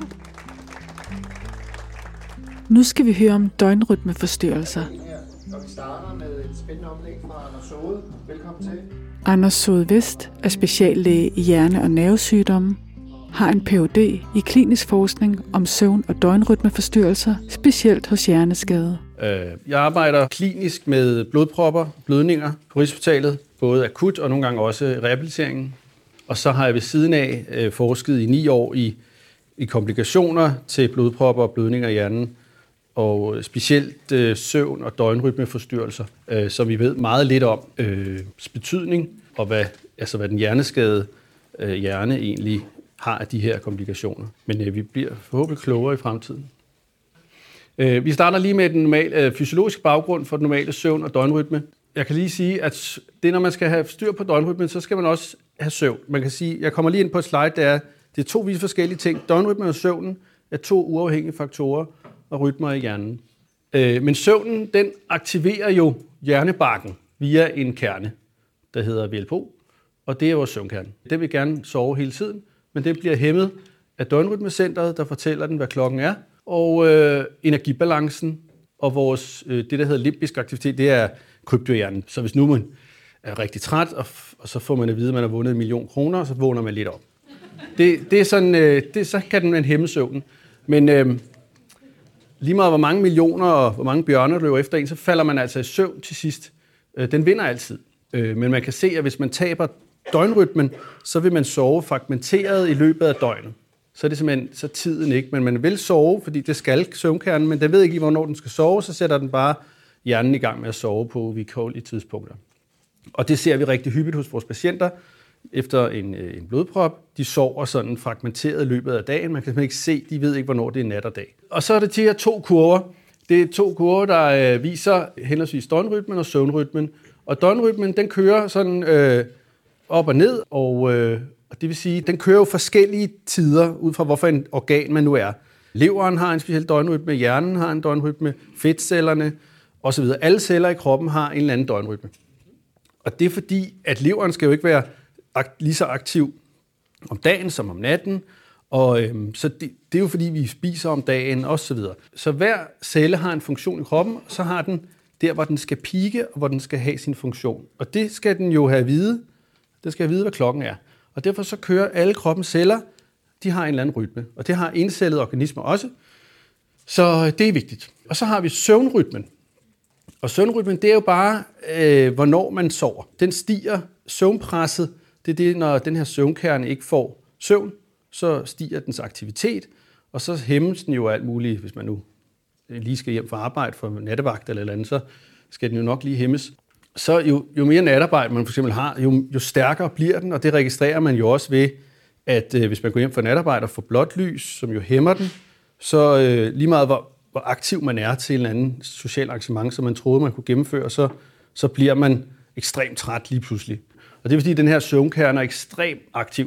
Nu skal vi høre om døgnrytmeforstyrrelser. Og vi starter med et spændende oplæg fra Anders Sode. Velkommen til. Anders Sode Vest er speciallæge i hjerne- og nervesygdomme, har en Ph.D. i klinisk forskning om søvn- og døgnrytmeforstyrrelser, specielt hos hjerneskadede. Jeg arbejder klinisk med blodpropper, blødninger på Rigshospitalet, både akut og nogle gange også rehabiliteringen. Og så har jeg ved siden af forsket i 9 år i komplikationer til blodpropper og blødninger i hjernen, og specielt søvn- og døgnrytmeforstyrrelser, som vi ved meget lidt om betydning, og hvad den hjerneskadede hjerne egentlig har af de her komplikationer. Men vi bliver forhåbentlig klogere i fremtiden. Vi starter lige med den normale fysiologiske baggrund for den normale søvn- og døgnrytme. Jeg kan lige sige, at det, når man skal have styr på døgnrytmen, så skal man også have søvn. Man kan sige, jeg kommer lige ind på et slide, der er Det er 2 vidt forskellige ting. Døgnrytmen og søvnen er 2 uafhængige faktorer og rytmer i hjernen. Men søvnen, den aktiverer jo hjernebarken via en kerne, der hedder VLPO, og det er vores søvnkerne. Den vil gerne sove hele tiden, men det bliver hæmmet af døgnrytmecentret, der fortæller den, hvad klokken er, og energibalancen og vores, det, der hedder limbisk aktivitet, det er kryptohjernen. Så hvis nu man er rigtig træt, og så får man at vide, at man har vundet 1 million kroner, og så vågner man lidt op. Det er sådan, så kan den hæmme søvnen. Men lige meget hvor mange millioner og hvor mange bjørner løber efter en, så falder man altså i søvn til sidst. Den vinder altid. Men man kan se, at hvis man taber døgnrytmen, så vil man sove fragmenteret i løbet af døgnet. Så er det simpelthen så tiden ikke. Men man vil sove, fordi det skal søvnkernen, men den ved ikke, hvornår den skal sove, så sætter den bare hjernen i gang med at sove på uvilkårlige tidspunkter. Og det ser vi rigtig hyppigt hos vores patienter efter en blodprop. De sover sådan fragmenteret i løbet af dagen. Man kan simpelthen ikke se, de ved ikke, hvornår det er nat og dag. Og så er det de her 2 kurver. Det er 2 kurver, der viser henholdsvis døgnrytmen og søvnrytmen. Og døgnrytmen, den kører sådan op og ned, og det vil sige, den kører jo forskellige tider ud fra, hvorfor en organ man nu er. Leveren har en speciel døgnrytme, hjernen har en døgnrytme, fedtcellerne osv. Alle celler i kroppen har en eller anden døgnrytme. Og det er fordi, at leveren skal jo ikke være lige så aktiv om dagen som om natten, og så det er jo fordi, vi spiser om dagen osv. Så hver celle har en funktion i kroppen, og så har den der, hvor den skal pike, og hvor den skal have sin funktion. Og det skal den jo have at vide. Den skal have at vide, hvad klokken er. Og derfor så kører alle kroppens celler, de har en eller anden rytme. Og det har encellede organismer også. Så det er vigtigt. Og så har vi søvnrytmen. Og søvnrytmen, det er jo bare, hvornår man sover. Den stiger, søvnpresset, det er det, når den her søvnkerne ikke får søvn, så stiger dens aktivitet, og så hæmmes den jo alt muligt, hvis man nu lige skal hjem fra arbejde for nattevagt eller andet, så skal den jo nok lige hæmmes. Så jo mere natarbejde man for eksempel har, jo stærkere bliver den, og det registrerer man jo også ved, at hvis man går hjem fra natarbejde og får blåt lys, som jo hæmmer den, så lige meget hvor aktiv man er til en eller anden social arrangement, som man troede, man kunne gennemføre, så bliver man ekstremt træt lige pludselig. Og det er fordi, den her søvnkerne er ekstremt aktiv.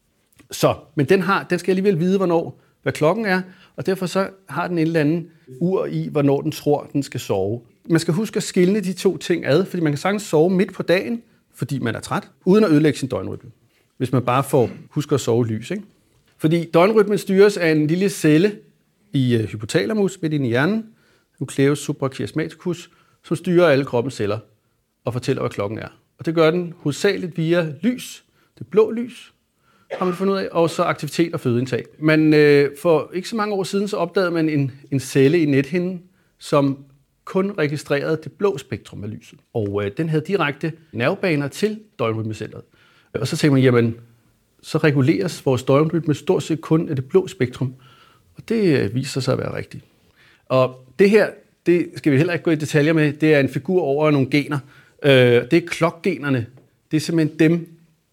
Men den skal alligevel vide, hvad klokken er, og derfor så har den en eller anden ur i, hvornår den tror, den skal sove. Man skal huske at skille de 2 ting ad, fordi man kan sagtens sove midt på dagen, fordi man er træt, uden at ødelægge sin døgnrytme. Hvis man bare husker at sove lys, ikke? Fordi døgnrytmen styres af en lille celle i hypotalamus midt inde i hjernen, nucleus suprachiasmaticus, som styrer alle kroppens celler og fortæller, hvad klokken er. Og det gør den hovedsageligt via lys, det blå lys, har man fundet ud af, og så aktivitet og fødeindtag. For ikke så mange år siden, så opdagede man en celle i nethinden, som kun registrerede det blå spektrum af lyset. Og den havde direkte nervebaner til døgnrytmecentret. Og så tænkte man, jamen, så reguleres vores døgnrytme stort set kun af det blå spektrum. Og det viser sig at være rigtigt. Og det her, det skal vi heller ikke gå i detaljer med, det er en figur over nogle gener. Det er klokgenerne. Det er simpelthen dem,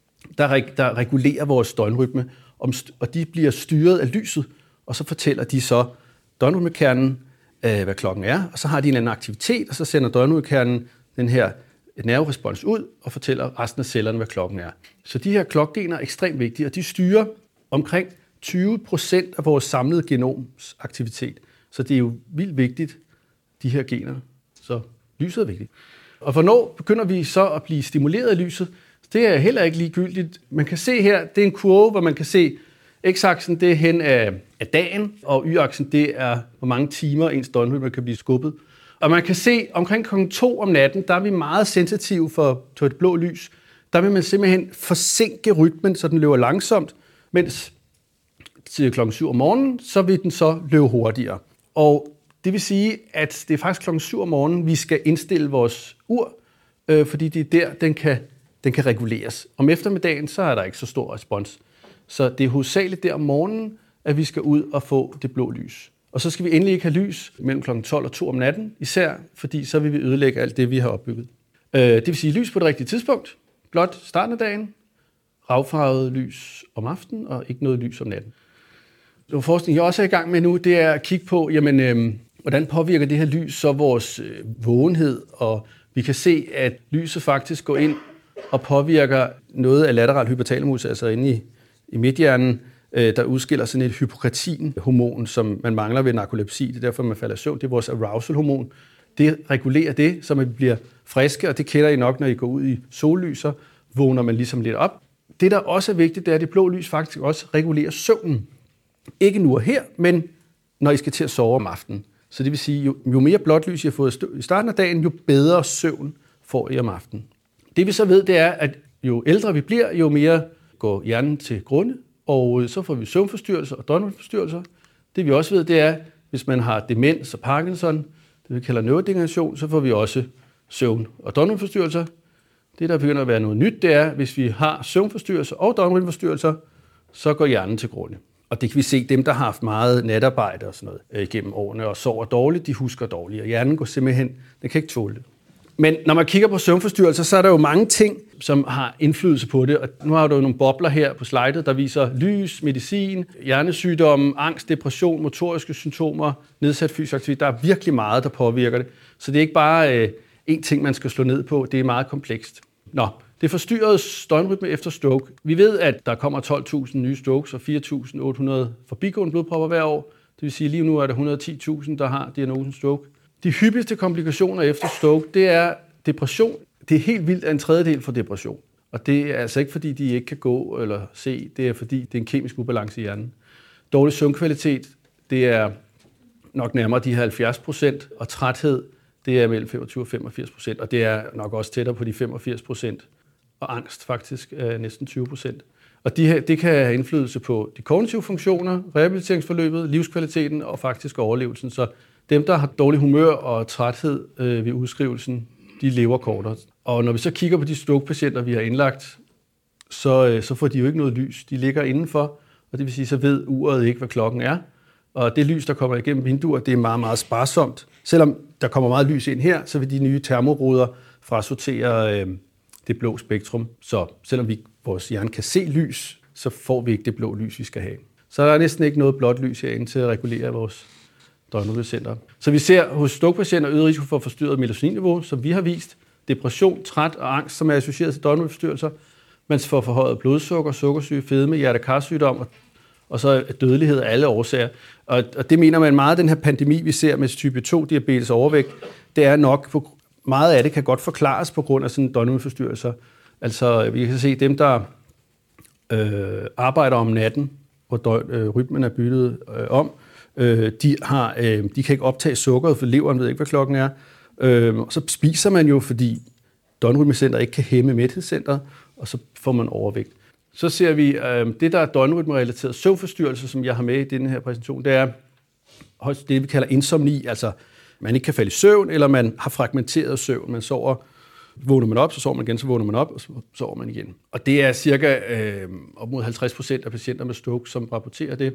der regulerer vores døgnrytme, og de bliver styret af lyset, og så fortæller de så døgnrytmekernen, hvad klokken er, og så har de en anden aktivitet, og så sender døgnrytmekernen den her nerverespons ud, og fortæller resten af cellerne, hvad klokken er. Så de her klokgener er ekstremt vigtige, og de styrer omkring 20% af vores samlede genoms aktivitet. Så det er jo vildt vigtigt, de her gener. Så lyset er vigtigt. Og hvornår begynder vi så at blive stimuleret af lyset? Det er heller ikke ligegyldigt. Man kan se her, det er en kurve, hvor man kan se, x-aksen det er hen af dagen, og y-aksen det er, hvor mange timer ens døgnrytme kan blive skubbet. Og man kan se, omkring kl. 2 om natten, der er vi meget sensitive for et blå lys. Der vil man simpelthen forsinke rytmen, så den løber langsomt, mens til kl. 7 om morgenen, så vil den så løbe hurtigere. Og det vil sige, at det er faktisk kl. 7 om morgenen, vi skal indstille vores ur, fordi det er der, den kan reguleres. Om eftermiddagen, så er der ikke så stor respons. Så det er hovedsageligt der om morgenen, at vi skal ud og få det blå lys. Og så skal vi endelig ikke have lys mellem kl. 12 og 2 om natten, især fordi så vil vi ødelægge alt det, vi har opbygget. Det vil sige lys på det rigtige tidspunkt, blot starten af dagen, ravfarvet lys om aftenen og ikke noget lys om natten. Så forskning, jeg også er i gang med nu, det er at kigge på, hvordan påvirker det her lys så vores vågenhed, og vi kan se, at lyset faktisk går ind og påvirker noget af lateral hypotalamus, altså inde i midthjernen, der udskiller sådan et hypokretin-hormon, som man mangler ved narkolepsi. Det er derfor, man falder i søvn. Det er vores arousal-hormon. Det regulerer det, så man bliver friske, og det kender I nok, når I går ud i sollyser, vågner man ligesom lidt op. Det, der også er vigtigt, det er, at det blå lys faktisk også regulerer søvnen. Ikke nu og her, men når I skal til at sove om aftenen. Så det vil sige, jo mere blåt lys I har fået i starten af dagen, jo bedre søvn får I om aftenen. Det vi så ved, det er, at jo ældre vi bliver, jo mere går hjernen til grunde, og så får vi søvnforstyrrelser og døgnrytmeforstyrrelser. Det vi også ved, det er, hvis man har demens og Parkinson, det vi kalder neurodegeneration, så får vi også søvn- og døgnrytmeforstyrrelser. Det, der begynder at være noget nyt, det er, hvis vi har søvnforstyrrelser og døgnrytmeforstyrrelser, så går hjernen til grunde. Og det kan vi se, dem der har haft meget natarbejde og sådan noget igennem årene og sover dårligt, de husker dårligt, og hjernen går simpelthen, den kan ikke tåle det. Men når man kigger på søvnforstyrrelser, så er der jo mange ting, som har indflydelse på det. Og nu har du jo nogle bobler her på slidet, der viser lys, medicin, hjernesygdomme, angst, depression, motoriske symptomer, nedsat fysisk aktivitet. Der er virkelig meget, der påvirker det. Så det er ikke bare én ting, man skal slå ned på. Det er meget komplekst. Nå, det forstyrrede døgnrytme efter stroke. Vi ved, at der kommer 12.000 nye strokes og 4.800 forbigående blodpropper hver år. Det vil sige, at lige nu er der 110.000, der har diagnosen stroke. De hyppigste komplikationer efter stroke, det er depression. Det er helt vildt, at en tredjedel får depression. Og det er altså ikke, fordi de ikke kan gå eller se. Det er, fordi det er en kemisk ubalance i hjernen. Dårlig søvnkvalitet, det er nok nærmere de 70%, og træthed, det er mellem 25 og 85%, og det er nok også tættere på de 85%. Og angst faktisk er næsten 20%. Og det kan have indflydelse på de kognitive funktioner, rehabiliteringsforløbet, livskvaliteten og faktisk overlevelsen. Så dem, der har dårlig humør og træthed ved udskrivelsen, de lever kortere. Og når vi så kigger på de stroke-patienter, vi har indlagt, så får de jo ikke noget lys. De ligger indenfor, og det vil sige, så ved uret ikke, hvad klokken er. Og det lys, der kommer igennem vinduer, det er meget, meget sparsomt. Selvom der kommer meget lys ind her, så vil de nye termoruder frasortere det blå spektrum. Så selvom vores hjerne kan se lys, så får vi ikke det blå lys, vi skal have. Så der er næsten ikke noget blåt lys herinde til at regulere vores døgnrytmecenter. Så vi ser hos stroke-patienter øget risiko for forstyrret melatoninniveau, som vi har vist, depression, træt og angst, som er associeret til døgnrytmeforstyrrelser. Man får forhøjet blodsukker, sukkersyge, fedme, hjerte-karsygdom og så dødelighed af alle årsager. Og det mener man meget, den her pandemi, vi ser med type 2 diabetes og overvægt, det er nok, meget af det kan godt forklares på grund af sådan døgnrytmeforstyrrelser. Altså vi kan se dem, der arbejder om natten, hvor rytmen er byttet om, de kan ikke optage sukkeret, for leveren ved ikke, hvad klokken er. Så spiser man jo, fordi døgnrytmecenter ikke kan hæmme mæthedscenteret, og så får man overvægt. Så ser vi, det der er døgnrytmerelateret søvnforstyrrelse, som jeg har med i denne her præsentation, det er det, vi kalder insomni, altså man ikke kan falde i søvn, eller man har fragmenteret søvn. Man sover, vågner man op, så sover man igen, så vågner man op, og så sover man igen. Og det er cirka op mod 50% af patienter med stroke, som rapporterer det.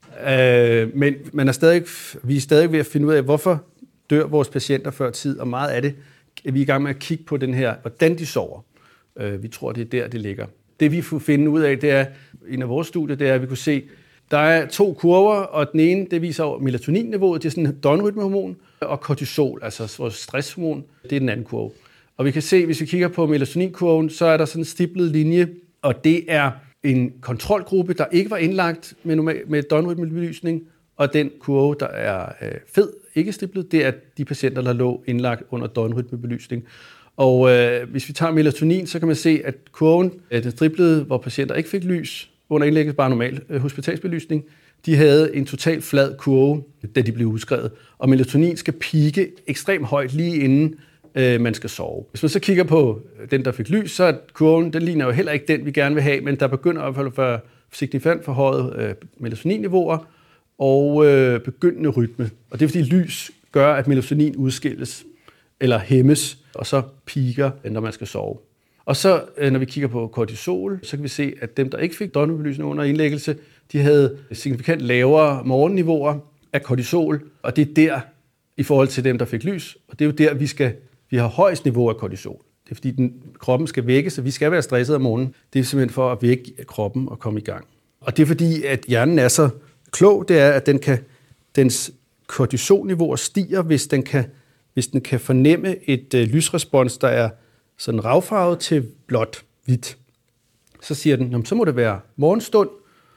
Men vi er stadig ved at finde ud af, hvorfor dør vores patienter før tid, og meget af det er vi i gang med at kigge på den her, hvordan de sover. Vi tror, det er der, det ligger. Det vi får finde ud af, det er, en af vores studier, det er, at vi kunne se, der er 2 kurver, og den ene, det viser melatoninniveauet, det er sådan et døgnrytmehormon, og kortisol, altså vores stresshormon, det er den anden kurve. Og vi kan se, hvis vi kigger på melatoninkurven, så er der sådan en stiplet linje, og det er en kontrolgruppe, der ikke var indlagt med døgnrytmebelysning, og den kurve, der er fed, ikke stiplet, det er de patienter, der lå indlagt under døgnrytmebelysning. Og hvis vi tager melatonin, så kan man se, at kurven, den striplede, hvor patienter ikke fik lys under indlægget, bare normal hospitalsbelysning, de havde en totalt flad kurve, da de blev udskrevet. Og melatonin skal pike ekstremt højt lige inden man skal sove. Hvis man så kigger på den, der fik lys, så er kurven, den ligner jo heller ikke den, vi gerne vil have, men der begynder i hvert fald at være signifikant forhøjet melatoninniveauer og begyndende rytme. Og det er fordi lys gør, at melatonin udskilles eller hæmmes, og så piker, når man skal sove. Og så, når vi kigger på kortisol, så kan vi se, at dem, der ikke fik døgnrytmebelysning under indlæggelse, de havde signifikant lavere morgenniveauer af kortisol, og det er der, i forhold til dem, der fik lys, og det er jo der, vi har højst niveau af kortisol. Det er fordi, kroppen skal vækkes, så vi skal være stresset om morgenen. Det er simpelthen for at vække kroppen og komme i gang. Og det er fordi, at hjernen er så klog, det er, at dens kortisolniveauer stiger, hvis den kan fornemme et lysrespons, der er sådan ravfarvet til blåt hvidt. Så siger den, så må det være morgenstund,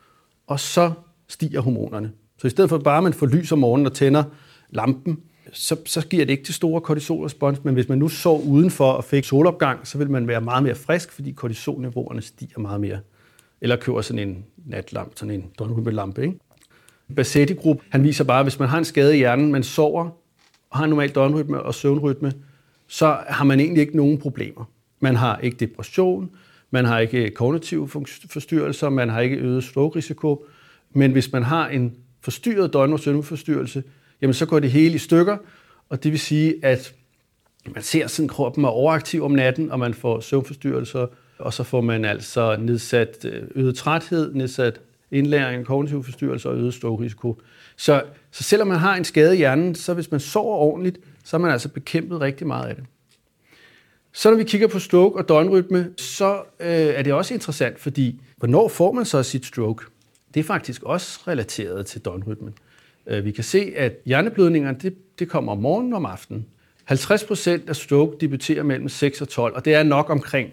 og så stiger hormonerne. Så i stedet for bare, at man får lys om morgenen og tænder lampen, så giver det ikke det store kortisolrespons, men hvis man nu sov udenfor og fik solopgang, så vil man være meget mere frisk, fordi kortisolniveauerne stiger meget mere. Eller køber sådan en natlampe, sådan en døgnrytmelampe, ikke? Bassetti-gruppe, han viser bare, at hvis man har en skade i hjernen, man sover og har en normal døgnrytme og søvnrytme, så har man egentlig ikke nogen problemer. Man har ikke depression, man har ikke kognitive forstyrrelser, man har ikke øget stroke-risiko, men hvis man har en forstyrret døgn- og søvnforstyrrelse, jamen så går det hele i stykker, og det vil sige, at man ser sådan, at kroppen er overaktiv om natten, og man får søvnforstyrrelser, og så får man altså nedsat øget træthed, nedsat indlæring, kognitive forstyrrelser og øget stroke-risiko. Så selvom man har en skade i hjernen, så hvis man sover ordentligt, så har man altså bekæmpet rigtig meget af det. Så når vi kigger på stroke og døgnrytme, så er det også interessant, fordi hvornår får man så sit stroke? Det er faktisk også relateret til døgnrytmen. Vi kan se, at hjerneblødningerne, det kommer om morgenen og om aftenen. 50% af stroke debuterer mellem 6 og 12, og det er nok omkring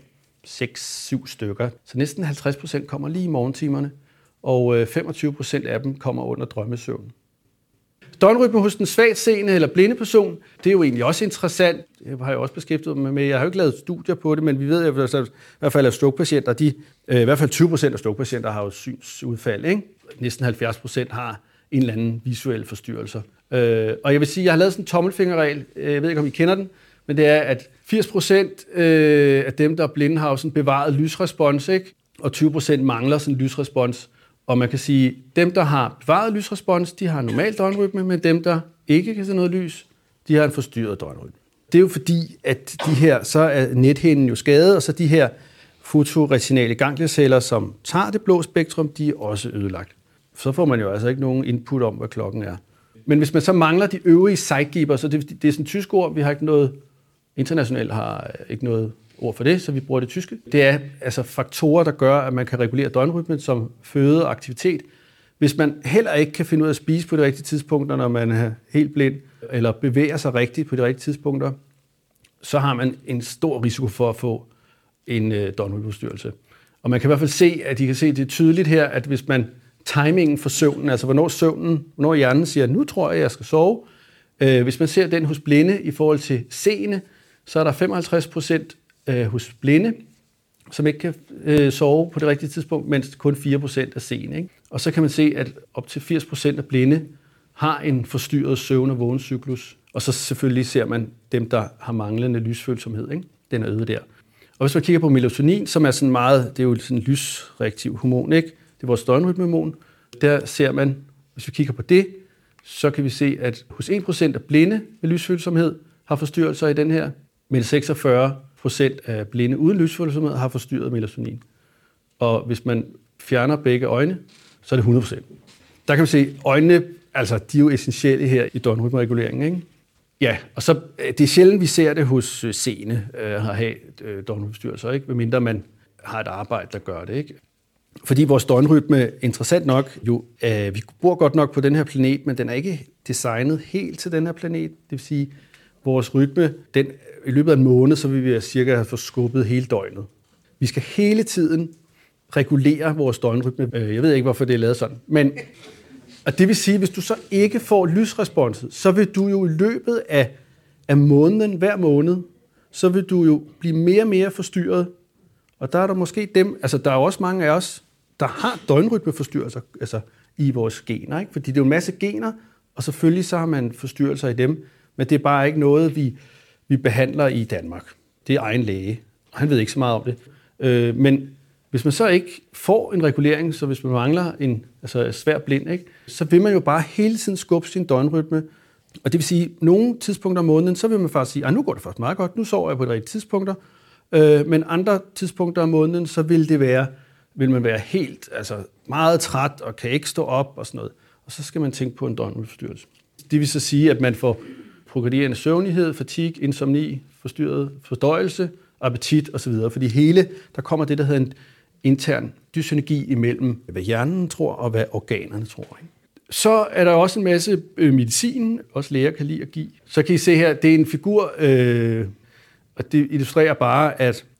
6-7 stykker. Så næsten 50% kommer lige i morgentimerne, og 25% af dem kommer under drømmesøvn. Døgnrytme hos den svagtseende eller blinde person, det er jo egentlig også interessant. Det har jeg også beskæftiget mig med. Jeg har jo ikke lavet studier på det, men vi ved at i hvert fald, at strokepatienter, i hvert fald 20% af strokepatienter har jo synsudfald, ikke? Næsten 70% har en eller anden visuel forstyrrelse. Og jeg vil sige, at jeg har lavet sådan en tommelfingerregel. Jeg ved ikke, om I kender den, men det er, at 80% af dem, der er blinde, har jo sådan bevaret lysrespons, ikke? Og 20% mangler sådan lysrespons. Og man kan sige, at dem, der har bevaret lysrespons, de har en normal døgnrytme, men dem, der ikke kan se noget lys, de har en forstyrret døgnrytme. Det er jo fordi, at de her, så er nethinden jo skadet, og så de her fotoretinale ganglieceller, som tager det blå spektrum, de er også ødelagt. Så får man jo altså ikke nogen input om, hvad klokken er. Men hvis man så mangler de øvrige sightkeepers, så det er sådan et tysk ord, vi har ikke noget, internationalt har ikke noget ord for det, så vi bruger det tyske. Det er altså faktorer, der gør, at man kan regulere døgnrytmen som føde og aktivitet. Hvis man heller ikke kan finde ud af at spise på de rigtige tidspunkter, når man er helt blind, eller bevæger sig rigtigt på de rigtige tidspunkter, så har man en stor risiko for at få en døgnrytmeforstyrrelse. Og man kan i hvert fald se, at I kan se det tydeligt her, at hvis man timingen for søvnen, altså hvornår hjernen siger, nu tror jeg skal sove. Hvis man ser den hos blinde i forhold til seende, så er der 55% hos blinde, som ikke kan sove på det rigtige tidspunkt, mens kun 4% er seende. Ikke? Og så kan man se, at op til 80% af blinde har en forstyrret søvn- og vågencyklus. Og så selvfølgelig ser man dem, der har manglende lysfølsomhed. Ikke? Den er øget der. Og hvis man kigger på melatonin, som er sådan meget, det er jo sådan en lysreaktiv hormon, ikke? Det er vores døgnrytmehormon. Der ser man, hvis vi kigger på det, så kan vi se, at hos 1% af blinde med lysfølsomhed har forstyrrelser i den her, men 46% af blinde uden lysfølsomhed har forstyrret melatonin. Og hvis man fjerner begge øjne, så er det 100%. Der kan man se, at øjnene, altså de er jo essentielle her i døgnrytmereguleringen, ikke? Ja, og så det er sjældent, vi ser det hos seende at have døgnrytmeforstyrrelser, ikke? Medmindre man har et arbejde, der gør det, ikke? Fordi vores døgnrytme, interessant nok, jo, vi bor godt nok på den her planet, men den er ikke designet helt til den her planet. Det vil sige, vores rytme, i løbet af en måned, så vil vi cirka have forskubbet hele døgnet. Vi skal hele tiden regulere vores døgnrytme. Jeg ved ikke, hvorfor det er lavet sådan. Men, og det vil sige, hvis du så ikke får lysresponset, så vil du jo i løbet af måneden, hver måned, så vil du jo blive mere og mere forstyrret. Og der er der måske dem, altså der er også mange af os, der har døgnrytmeforstyrrelser altså i vores gener, ikke? Fordi det er jo en masse gener, og selvfølgelig så har man forstyrrelser i dem, men det er bare ikke noget, vi behandler i Danmark. Det er egen læge, og han ved ikke så meget om det. Men hvis man så ikke får en regulering, så hvis man mangler er svær blind, ikke? Så vil man jo bare hele tiden skubbe sin døgnrytme. Og det vil sige, nogle tidspunkter om måneden, så vil man faktisk sige, nu går det faktisk meget godt, nu sover jeg på de rigtige tidspunkter. Men andre tidspunkter om måneden, så vil man være helt meget træt og kan ikke stå op og sådan noget. Og så skal man tænke på en døgnrytmeforstyrrelse. Det vil så sige, at man får progredierende søvnighed, fatigue, insomni, forstyrret fordøjelse, appetit osv. Fordi der kommer det, der hedder en intern dyssynergi imellem, hvad hjernen tror og hvad organerne tror. Ikke? Så er der også en masse medicin, også læger kan lide at give. Så kan I se her, det er en figur, og det illustrerer bare, at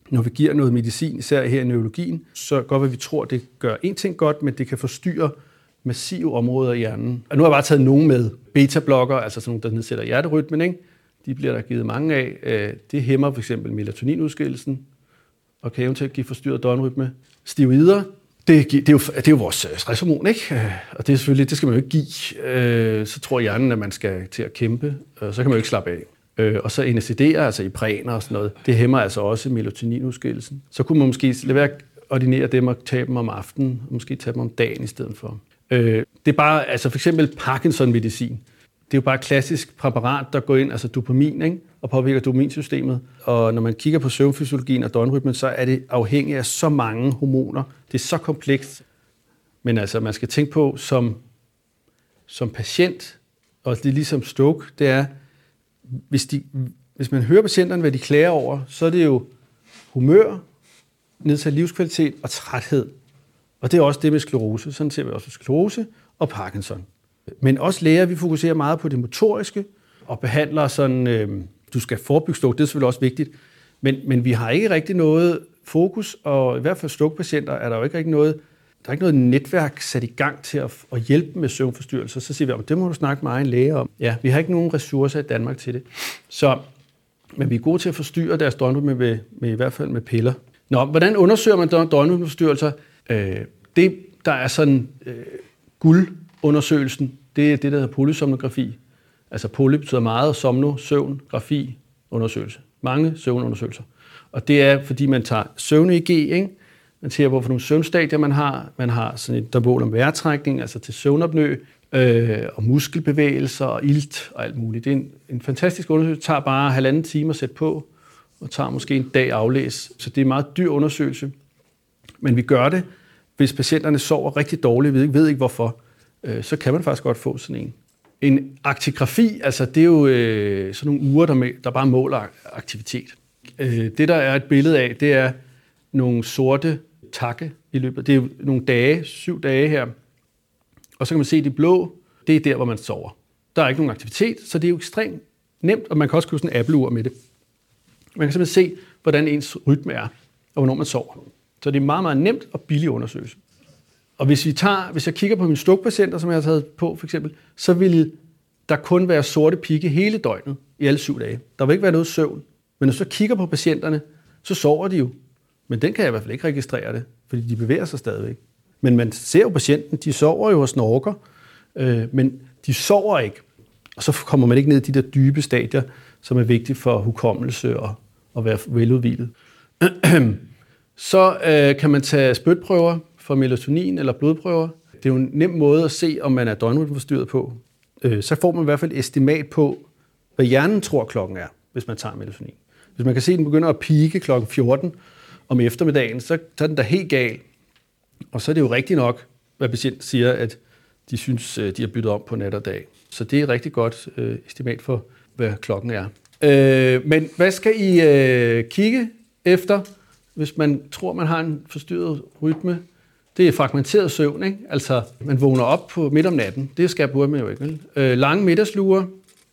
når vi giver noget medicin, især her i neurologien, så godt, at vi tror, det gør en ting godt, men det kan forstyrre massive områder i hjernen. Og nu har jeg bare taget nogen med beta-blokker, altså sådan nogle, der nedsætter hjerterytmen, ikke? De bliver der givet mange af. Det hæmmer f.eks. melatoninudskillelsen, og kan eventuelt give forstyrret døgnrytme. Steroider, det er jo vores stresshormon, ikke? Og det er selvfølgelig, det skal man jo ikke give. Så tror hjernen, at man skal til at kæmpe, og så kan man jo ikke slappe af. Og så NSAID'er, altså Iprener og sådan noget, det hæmmer altså også melatoninudskillelsen. Så kunne man måske lade være at ordinere dem og tage dem om aftenen, og måske tage dem om dagen i stedet for. Det er bare, altså for eksempel Parkinson-medicin. Det er jo bare et klassisk præparat, der går ind, altså dopamin, ikke? Og påvirker dopaminsystemet. Og når man kigger på søvnfysiologien og døgnrytmen, så er det afhængigt af så mange hormoner. Det er så komplekst. Men altså, man skal tænke på som patient, og det er ligesom stroke, det er, hvis man hører patienterne, hvad de klager over, så er det jo humør, nedsat livskvalitet og træthed. Og det er også det med sklerose. Sådan ser vi også sklerose og Parkinson. Men også læger, vi fokuserer meget på det motoriske og behandler sådan, du skal forebygge stroke, det er selvfølgelig også vigtigt. Men vi har ikke rigtig noget fokus, og i hvert fald stroke-patienter er der jo ikke rigtig noget, der er ikke noget netværk sat i gang til at hjælpe med søvnforstyrrelser. Så siger vi, det må du snakke med egen læge om. Ja, vi har ikke nogen ressourcer i Danmark til det. Men vi er gode til at forstyrre deres døgnrytme med i hvert fald med piller. Nå, hvordan undersøger man døgnrytmeforstyrrelser? Det, der er sådan guldundersøgelsen, det er det, der hedder polysomnografi. Altså poly betyder meget, somno, søvn, grafi, undersøgelse. Mange søvnundersøgelser. Og det er, fordi man tager søvn-EG, ikke? Man ser, hvorfor nogle søvnstadier man har. Man har sådan et, der måler om vejrtrækning, altså til søvnopnø, og muskelbevægelser og ilt og alt muligt. Det er en fantastisk undersøgelse. Det tager bare 1,5 time at sætte på, og tager måske en dag aflæs. Så det er en meget dyr undersøgelse. Men vi gør det, hvis patienterne sover rigtig dårligt, ved ikke hvorfor, så kan man faktisk godt få sådan en. En aktigrafi, altså det er jo sådan nogle uger, der bare måler aktivitet. Det, der er et billede af, det er nogle sorte takke i løbet. Det er jo nogle dage, 7 dage her. Og så kan man se, at de blå, det er der, hvor man sover. Der er ikke nogen aktivitet, så det er jo ekstremt nemt, og man kan også købe sådan en Apple-ur med det. Man kan simpelthen se, hvordan ens rytme er, og hvornår man sover. Så det er meget, meget nemt og billig undersøgelse. Og hvis jeg kigger på mine stroke-patienter, som jeg har taget på for eksempel, så vil der kun være sorte pigge hele døgnet i alle 7 dage. Der vil ikke være noget søvn. Men når jeg så kigger på patienterne, så sover de jo. Men den kan jeg i hvert fald ikke registrere det, fordi de bevæger sig stadigvæk. Men man ser jo patienten, de sover jo og snorker, men de sover ikke. Og så kommer man ikke ned i de der dybe stadier, som er vigtige for hukommelse og være veludhvilet. Så kan man tage spytprøver for melatonin eller blodprøver. Det er jo en nem måde at se, om man er døgnrytmeforstyrret på. Så får man i hvert fald et estimat på, hvad hjernen tror klokken er, hvis man tager melatonin. Hvis man kan se, at den begynder at pike klokken 14 om eftermiddagen, så er den da helt gal. Og så er det jo rigtigt nok, hvad patienten siger, at de synes, de har byttet om på nat og dag. Så det er et rigtig godt estimat for, hvad klokken er. Men hvad skal I kigge efter, hvis man tror, man har en forstyrret rytme? Det er fragmenteret søvn, ikke? Altså, man vågner op på midt om natten. Det skal jeg med jo ikke. Lange middagslurer.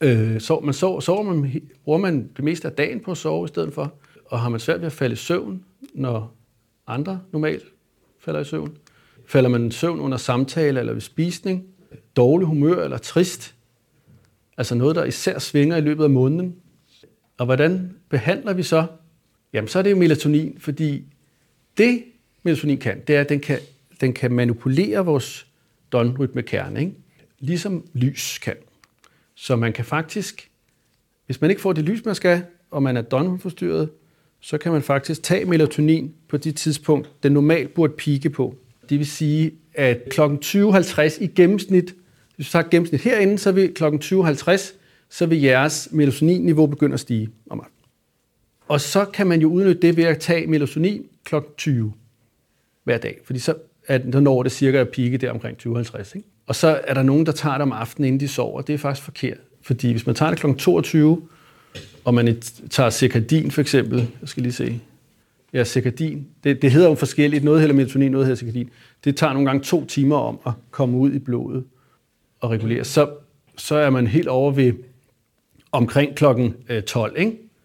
Bruger man det meste af dagen på at sove i stedet for? Og har man svært ved at falde i søvn, når andre normalt falder i søvn? Falder man i søvn under samtale eller ved spisning? Dårlig humør eller trist? Altså noget, der især svinger i løbet af måneden. Og hvordan behandler vi så? Jamen, så er det jo melatonin, fordi det melatonin kan, det er, at den kan manipulere vores døgnrytmekerne, ikke? Ligesom lys kan. Så man kan faktisk, hvis man ikke får det lys, man skal, og man er døgnrytmeforstyrret, så kan man faktisk tage melatonin på det tidspunkt, den normalt burde pike på. Det vil sige, at kl. 20.50 i gennemsnit, hvis vi tager gennemsnit herinde, så vil kl. 20.50, så vil jeres melatoninniveau begynde at stige om aftenen. Og så kan man jo udnytte det ved at tage melatonin kl. 20 hver dag, fordi så når det cirka at pike der omkring 20.50. Ikke? Og så er der nogen, der tager det om aftenen, inden de sover. Det er faktisk forkert, fordi hvis man tager det kl. 22, og man tager Circadin for eksempel, jeg skal lige se, ja, Circadin, det hedder jo forskelligt, noget hedder melatonin, noget hedder Circadin. Det tager nogle gange 2 timer om at komme ud i blodet og regulere. Så er man helt over ved omkring klokken 12, ikke?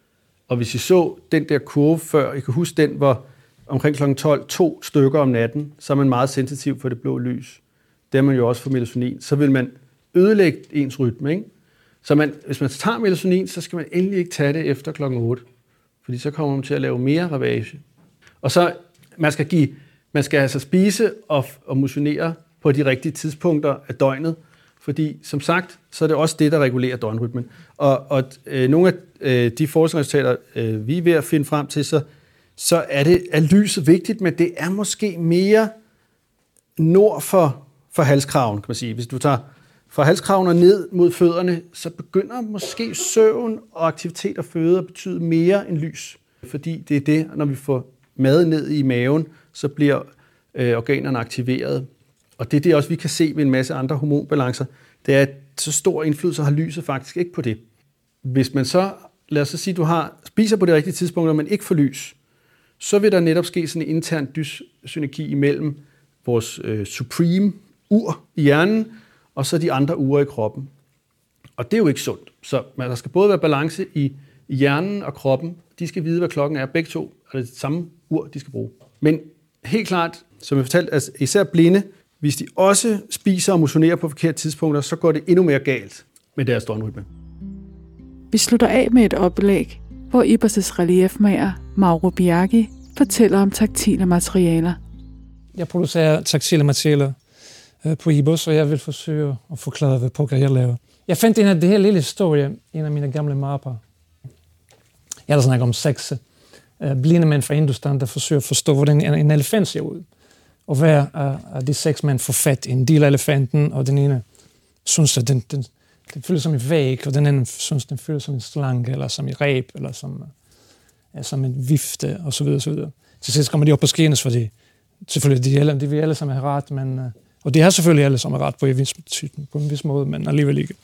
Og hvis I så den der kurve før, I kan huske den, hvor omkring kl. 12, 2 stykker om natten, så er man meget sensitiv for det blå lys. Det er man jo også for melatonin. Så vil man ødelægge ens rytme, ikke? Så hvis man tager melatonin, så skal man endelig ikke tage det efter kl. 8. Fordi så kommer man til at lave mere ravage. Og så, man skal altså spise og motionere på de rigtige tidspunkter af døgnet. Fordi, som sagt, så er det også det, der regulerer døgnrytmen. Og nogle af de forskningsresultater, vi er ved at finde frem til, så er lyset vigtigt, men det er måske mere nord for halskraven, kan man sige. Hvis du tager fra halskraven og ned mod fødderne, så begynder måske søvn og aktivitet og føde at betyde mere end lys. Fordi det er det, når vi får mad ned i maven, så bliver organerne aktiveret. Og det er det også, vi kan se ved en masse andre hormonbalancer. Det er, at så stor indflydelse har lyset faktisk ikke på det. Hvis man så, lad os så sige, du spiser på det rigtige tidspunkt, men ikke får lys, så vil der netop ske sådan en intern dyssynergi imellem vores supreme ur i hjernen, og så de andre ure i kroppen. Og det er jo ikke sundt. Så der skal både være balance i hjernen og kroppen. De skal vide, hvad klokken er. Begge to er det samme ur, de skal bruge. Men helt klart, som jeg fortalte, altså især blinde, hvis de også spiser og motionerer på forkerte tidspunkter, så går det endnu mere galt med deres døgnrytme. Vi slutter af med et oplæg, hvor IBOS' reliefmager Mauro Biaggi fortæller om taktile materialer. Jeg producerer taktile materialer på IBOS, og jeg vil forsøge at forklare, hvad pokker jeg laver. Jeg fandt det her lille historie i en af mine gamle mapper. Jeg har snakket om 6 blinde mænd fra Hindustan, der forsøger at forstå, hvordan en elefant ser ud. Og hver af de 6 mænd får fat i en del af elefanten, og den ene synes, at den føles som en væg, og den anden synes, den føles som en slange, eller som en reb, eller som en vifte, og så videre, så videre. Til sidst kommer de op på skændes, fordi selvfølgelig de vil alle sammen have ret, men, og de har selvfølgelig alle sammen ret på en vis måde, men alligevel ikke.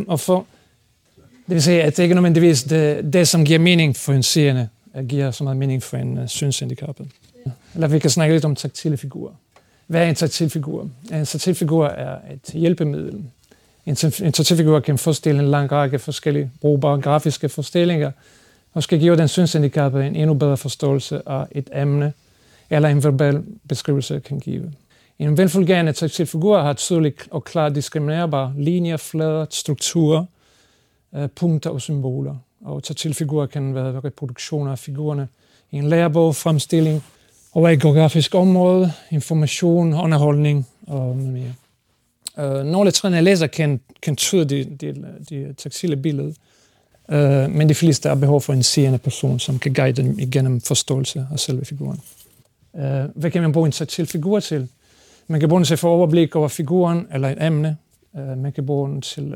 Det vil sige, at det ikke nødvendigvis det, som giver mening for en seende, giver så meget mening for en synshandicappet. Eller vi kan snakke lidt om taktile figurer. Hvad er en taktil figur? En taktil figur er et hjælpemiddel. En taktil figur kan forestille en lang række forskellige brugbare grafiske forestillinger, og skal give den synshandicappede en endnu bedre forståelse af et emne, eller en verbal beskrivelse kan give. En velfungerende taktil figur har tydeligt og klart diskriminerbare linjer, flader, strukturer, punkter og symboler. Og taktil figurer kan være reproduktioner af figurerne i en lærebog, fremstilling over et geografisk område, information, underholdning og mere. Nogle trænere læser kan tyde de taktile billeder, men de fleste har behov for en seende person, som kan guide dem igennem forståelse af selve figuren. Hvad kan man bruge en taktil figur til? Man kan bruge den til at få overblik over figuren eller et emne. Man kan bruge den til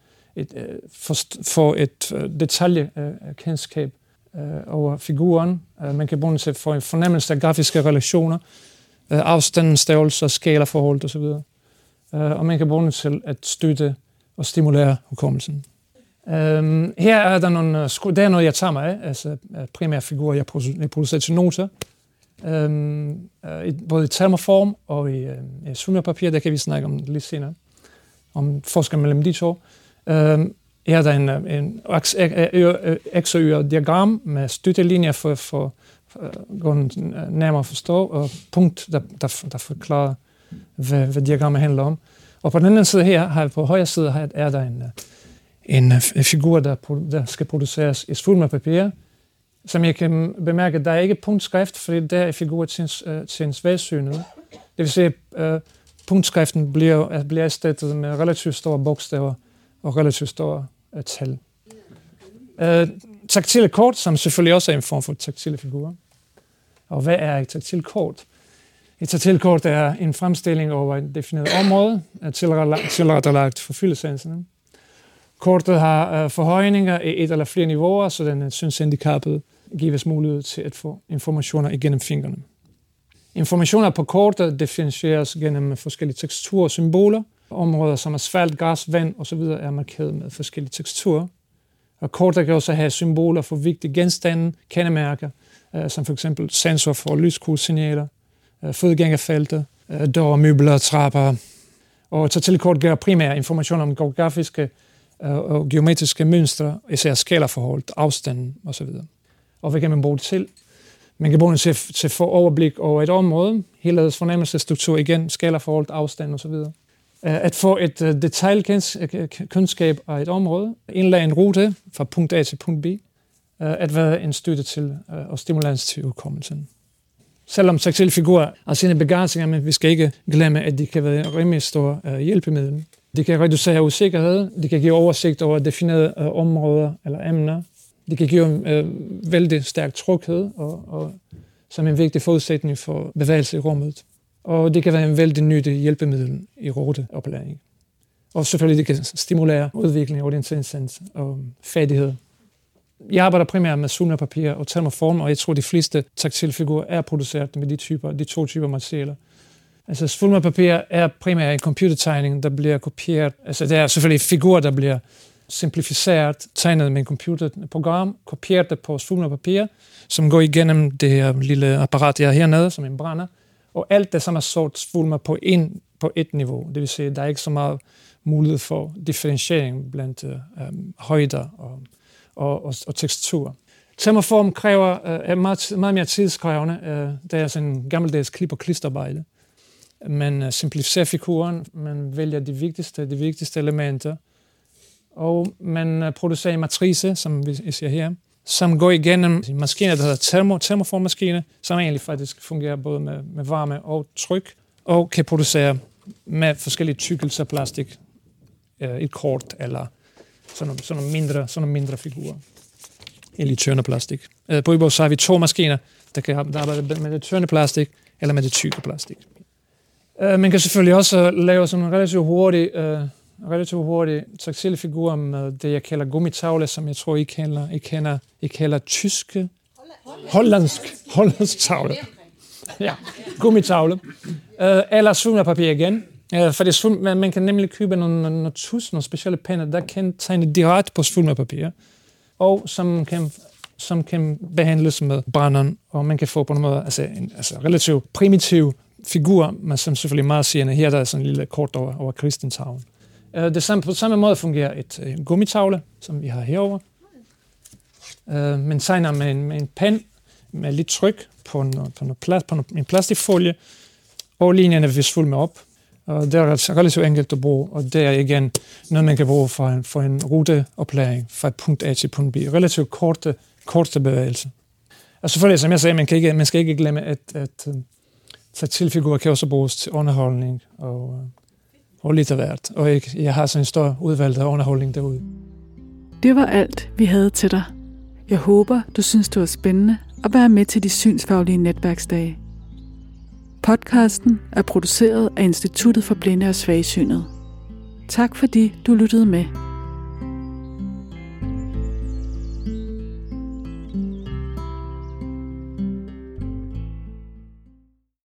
få et detaljekendskab over figuren. Man kan bruge den til at få en fornemmelse af grafiske relationer, afstanden, størrelser, skalaforhold osv. Og man kan bruge den til at støtte og stimulere hukommelsen. Her er der det er noget, jeg tager mig af, altså primære figurer, jeg producerer til noter. Både i termoform og i svømmepapir, der kan vi snakke om lidt senere, om forskellen mellem de to. Her er der en x- og y-diagram med støttelinjer for at gå nærmere at forstå, og punkt, der forklarer, hvad diagrammet handler om. Og på den anden side her, på højre side, er der en figur, der skal produceres i svulmepapir, som jeg kan bemærke, der er ikke punktskrift, fordi der er figurer til en svagsynet. Det vil sige, at punktskriften bliver erstattet med relativt store bogstaver og relativt store tal. Taktile kort, som selvfølgelig også er en form for taktile figurer. Og hvad er et taktilt kort? Et taktilt kort er en fremstilling over et defineret område, tilrettelagt for fyldesanserne. Kortet har forhøjninger i et eller flere niveauer, så den synshandicappede gives mulighed til at få informationer igennem fingrene. Informationer på kortet differentieres gennem forskellige teksturer og symboler. Områder som asfalt, gas, vand osv. er markeret med forskellige teksturer. Og kortet kan også have symboler for vigtige genstande, kendemærker, som f.eks. sensor for lyskursignaler, fodgængerfelter, døre, møbler, trapper. Og taktilkort giver primært information om geografiske og geometriske mønstre, især skalaforhold, afstanden osv. og hvad kan man bruge det til? Man kan bruge det til at få overblik over et område, hele fornemmelsesstruktur igen, skalaforhold, afstand osv. At få et detaljkendskab af et område, indlægge en rute fra punkt A til punkt B, at være en støtte til og stimulans til udkommelsen. Selvom taktile figurer har sine begrænsninger, men vi skal ikke glemme, at de kan være en rimelig stor hjælpemiddel. De kan reducere usikkerhed, de kan give oversigt over definerede områder eller emner. De kan give vældig stærk tryghed og som en vigtig forudsætning for bevægelse i rummet. Og det kan være en vældig nyttig hjælpemiddel i ruteoplæring. Og selvfølgelig det kan stimulere udvikling, orientering og færdighed. Jeg arbejder primært med svulmepapir og termoform, og jeg tror, de fleste taktile figurer er produceret med de to typer materialer. Altså svulmepapir er primært en computertegning, der bliver kopieret. Altså det er selvfølgelig figurer, der bliver simplificeret, tegnet med en computerprogram, kopieret det på svulmepapir, som går igennem det her lille apparat, jeg har hernede, som en brænder. Og alt det, som er sort svulmer på et niveau. Det vil sige, at der er ikke så meget mulighed for differentiering blandt højder og tekstur. Termoform er meget mere tidskrævende. Det er sådan en gammeldags klip- og klisterarbejde. Man simplificerer figuren, man vælger de vigtigste elementer, og man producerer en matrice, som vi ser her, som går igennem maskiner, der hedder termoformmaskiner, som egentlig faktisk fungerer både med varme og tryk, og kan producere med forskellige tykkelser af plastik, et kort eller sådan nogle mindre figurer. Eller i tørne plastik. På Ibos så har vi 2 maskiner, der arbejder med det tørne plastik eller med det tykke plastik. Man kan selvfølgelig også lave sådan en relativt hurtig taktile figurer med det, jeg kalder gummitavle, som jeg tror, I kalder tyske... Hollandsk tavle. Ja, gummitavle. Eller svulmepapir igen. For man kan nemlig købe nogle specielle penner, der kan tegne direkte på svulmepapir, og som kan behandles med brænderen, og man kan få på en måde altså relativt primitiv figur, men som selvfølgelig meget sigende. Her der er sådan en lille kort over kristentavlen. På samme måde fungerer et gummitavle, som vi har herovre. Man tegner med en pen med lidt tryk på en plastikfolie, og linjerne vil svulme op. Og det er relativt enkelt at bruge, og det er igen noget, man kan bruge for en ruteoplæring fra punkt A til punkt B. Relativt korte bevægelser. Og selvfølgelig, som jeg sagde, man skal ikke glemme, at taktilfigurer kan også bruges til underholdning og lidt af hvert. Og jeg har sådan en stor udvalg af underholdning derude. Det var alt, vi havde til dig. Jeg håber, du synes, det var spændende at være med til de synsfaglige netværksdage. Podcasten er produceret af Instituttet for Blinde og Svagsynede. Tak fordi du lyttede med.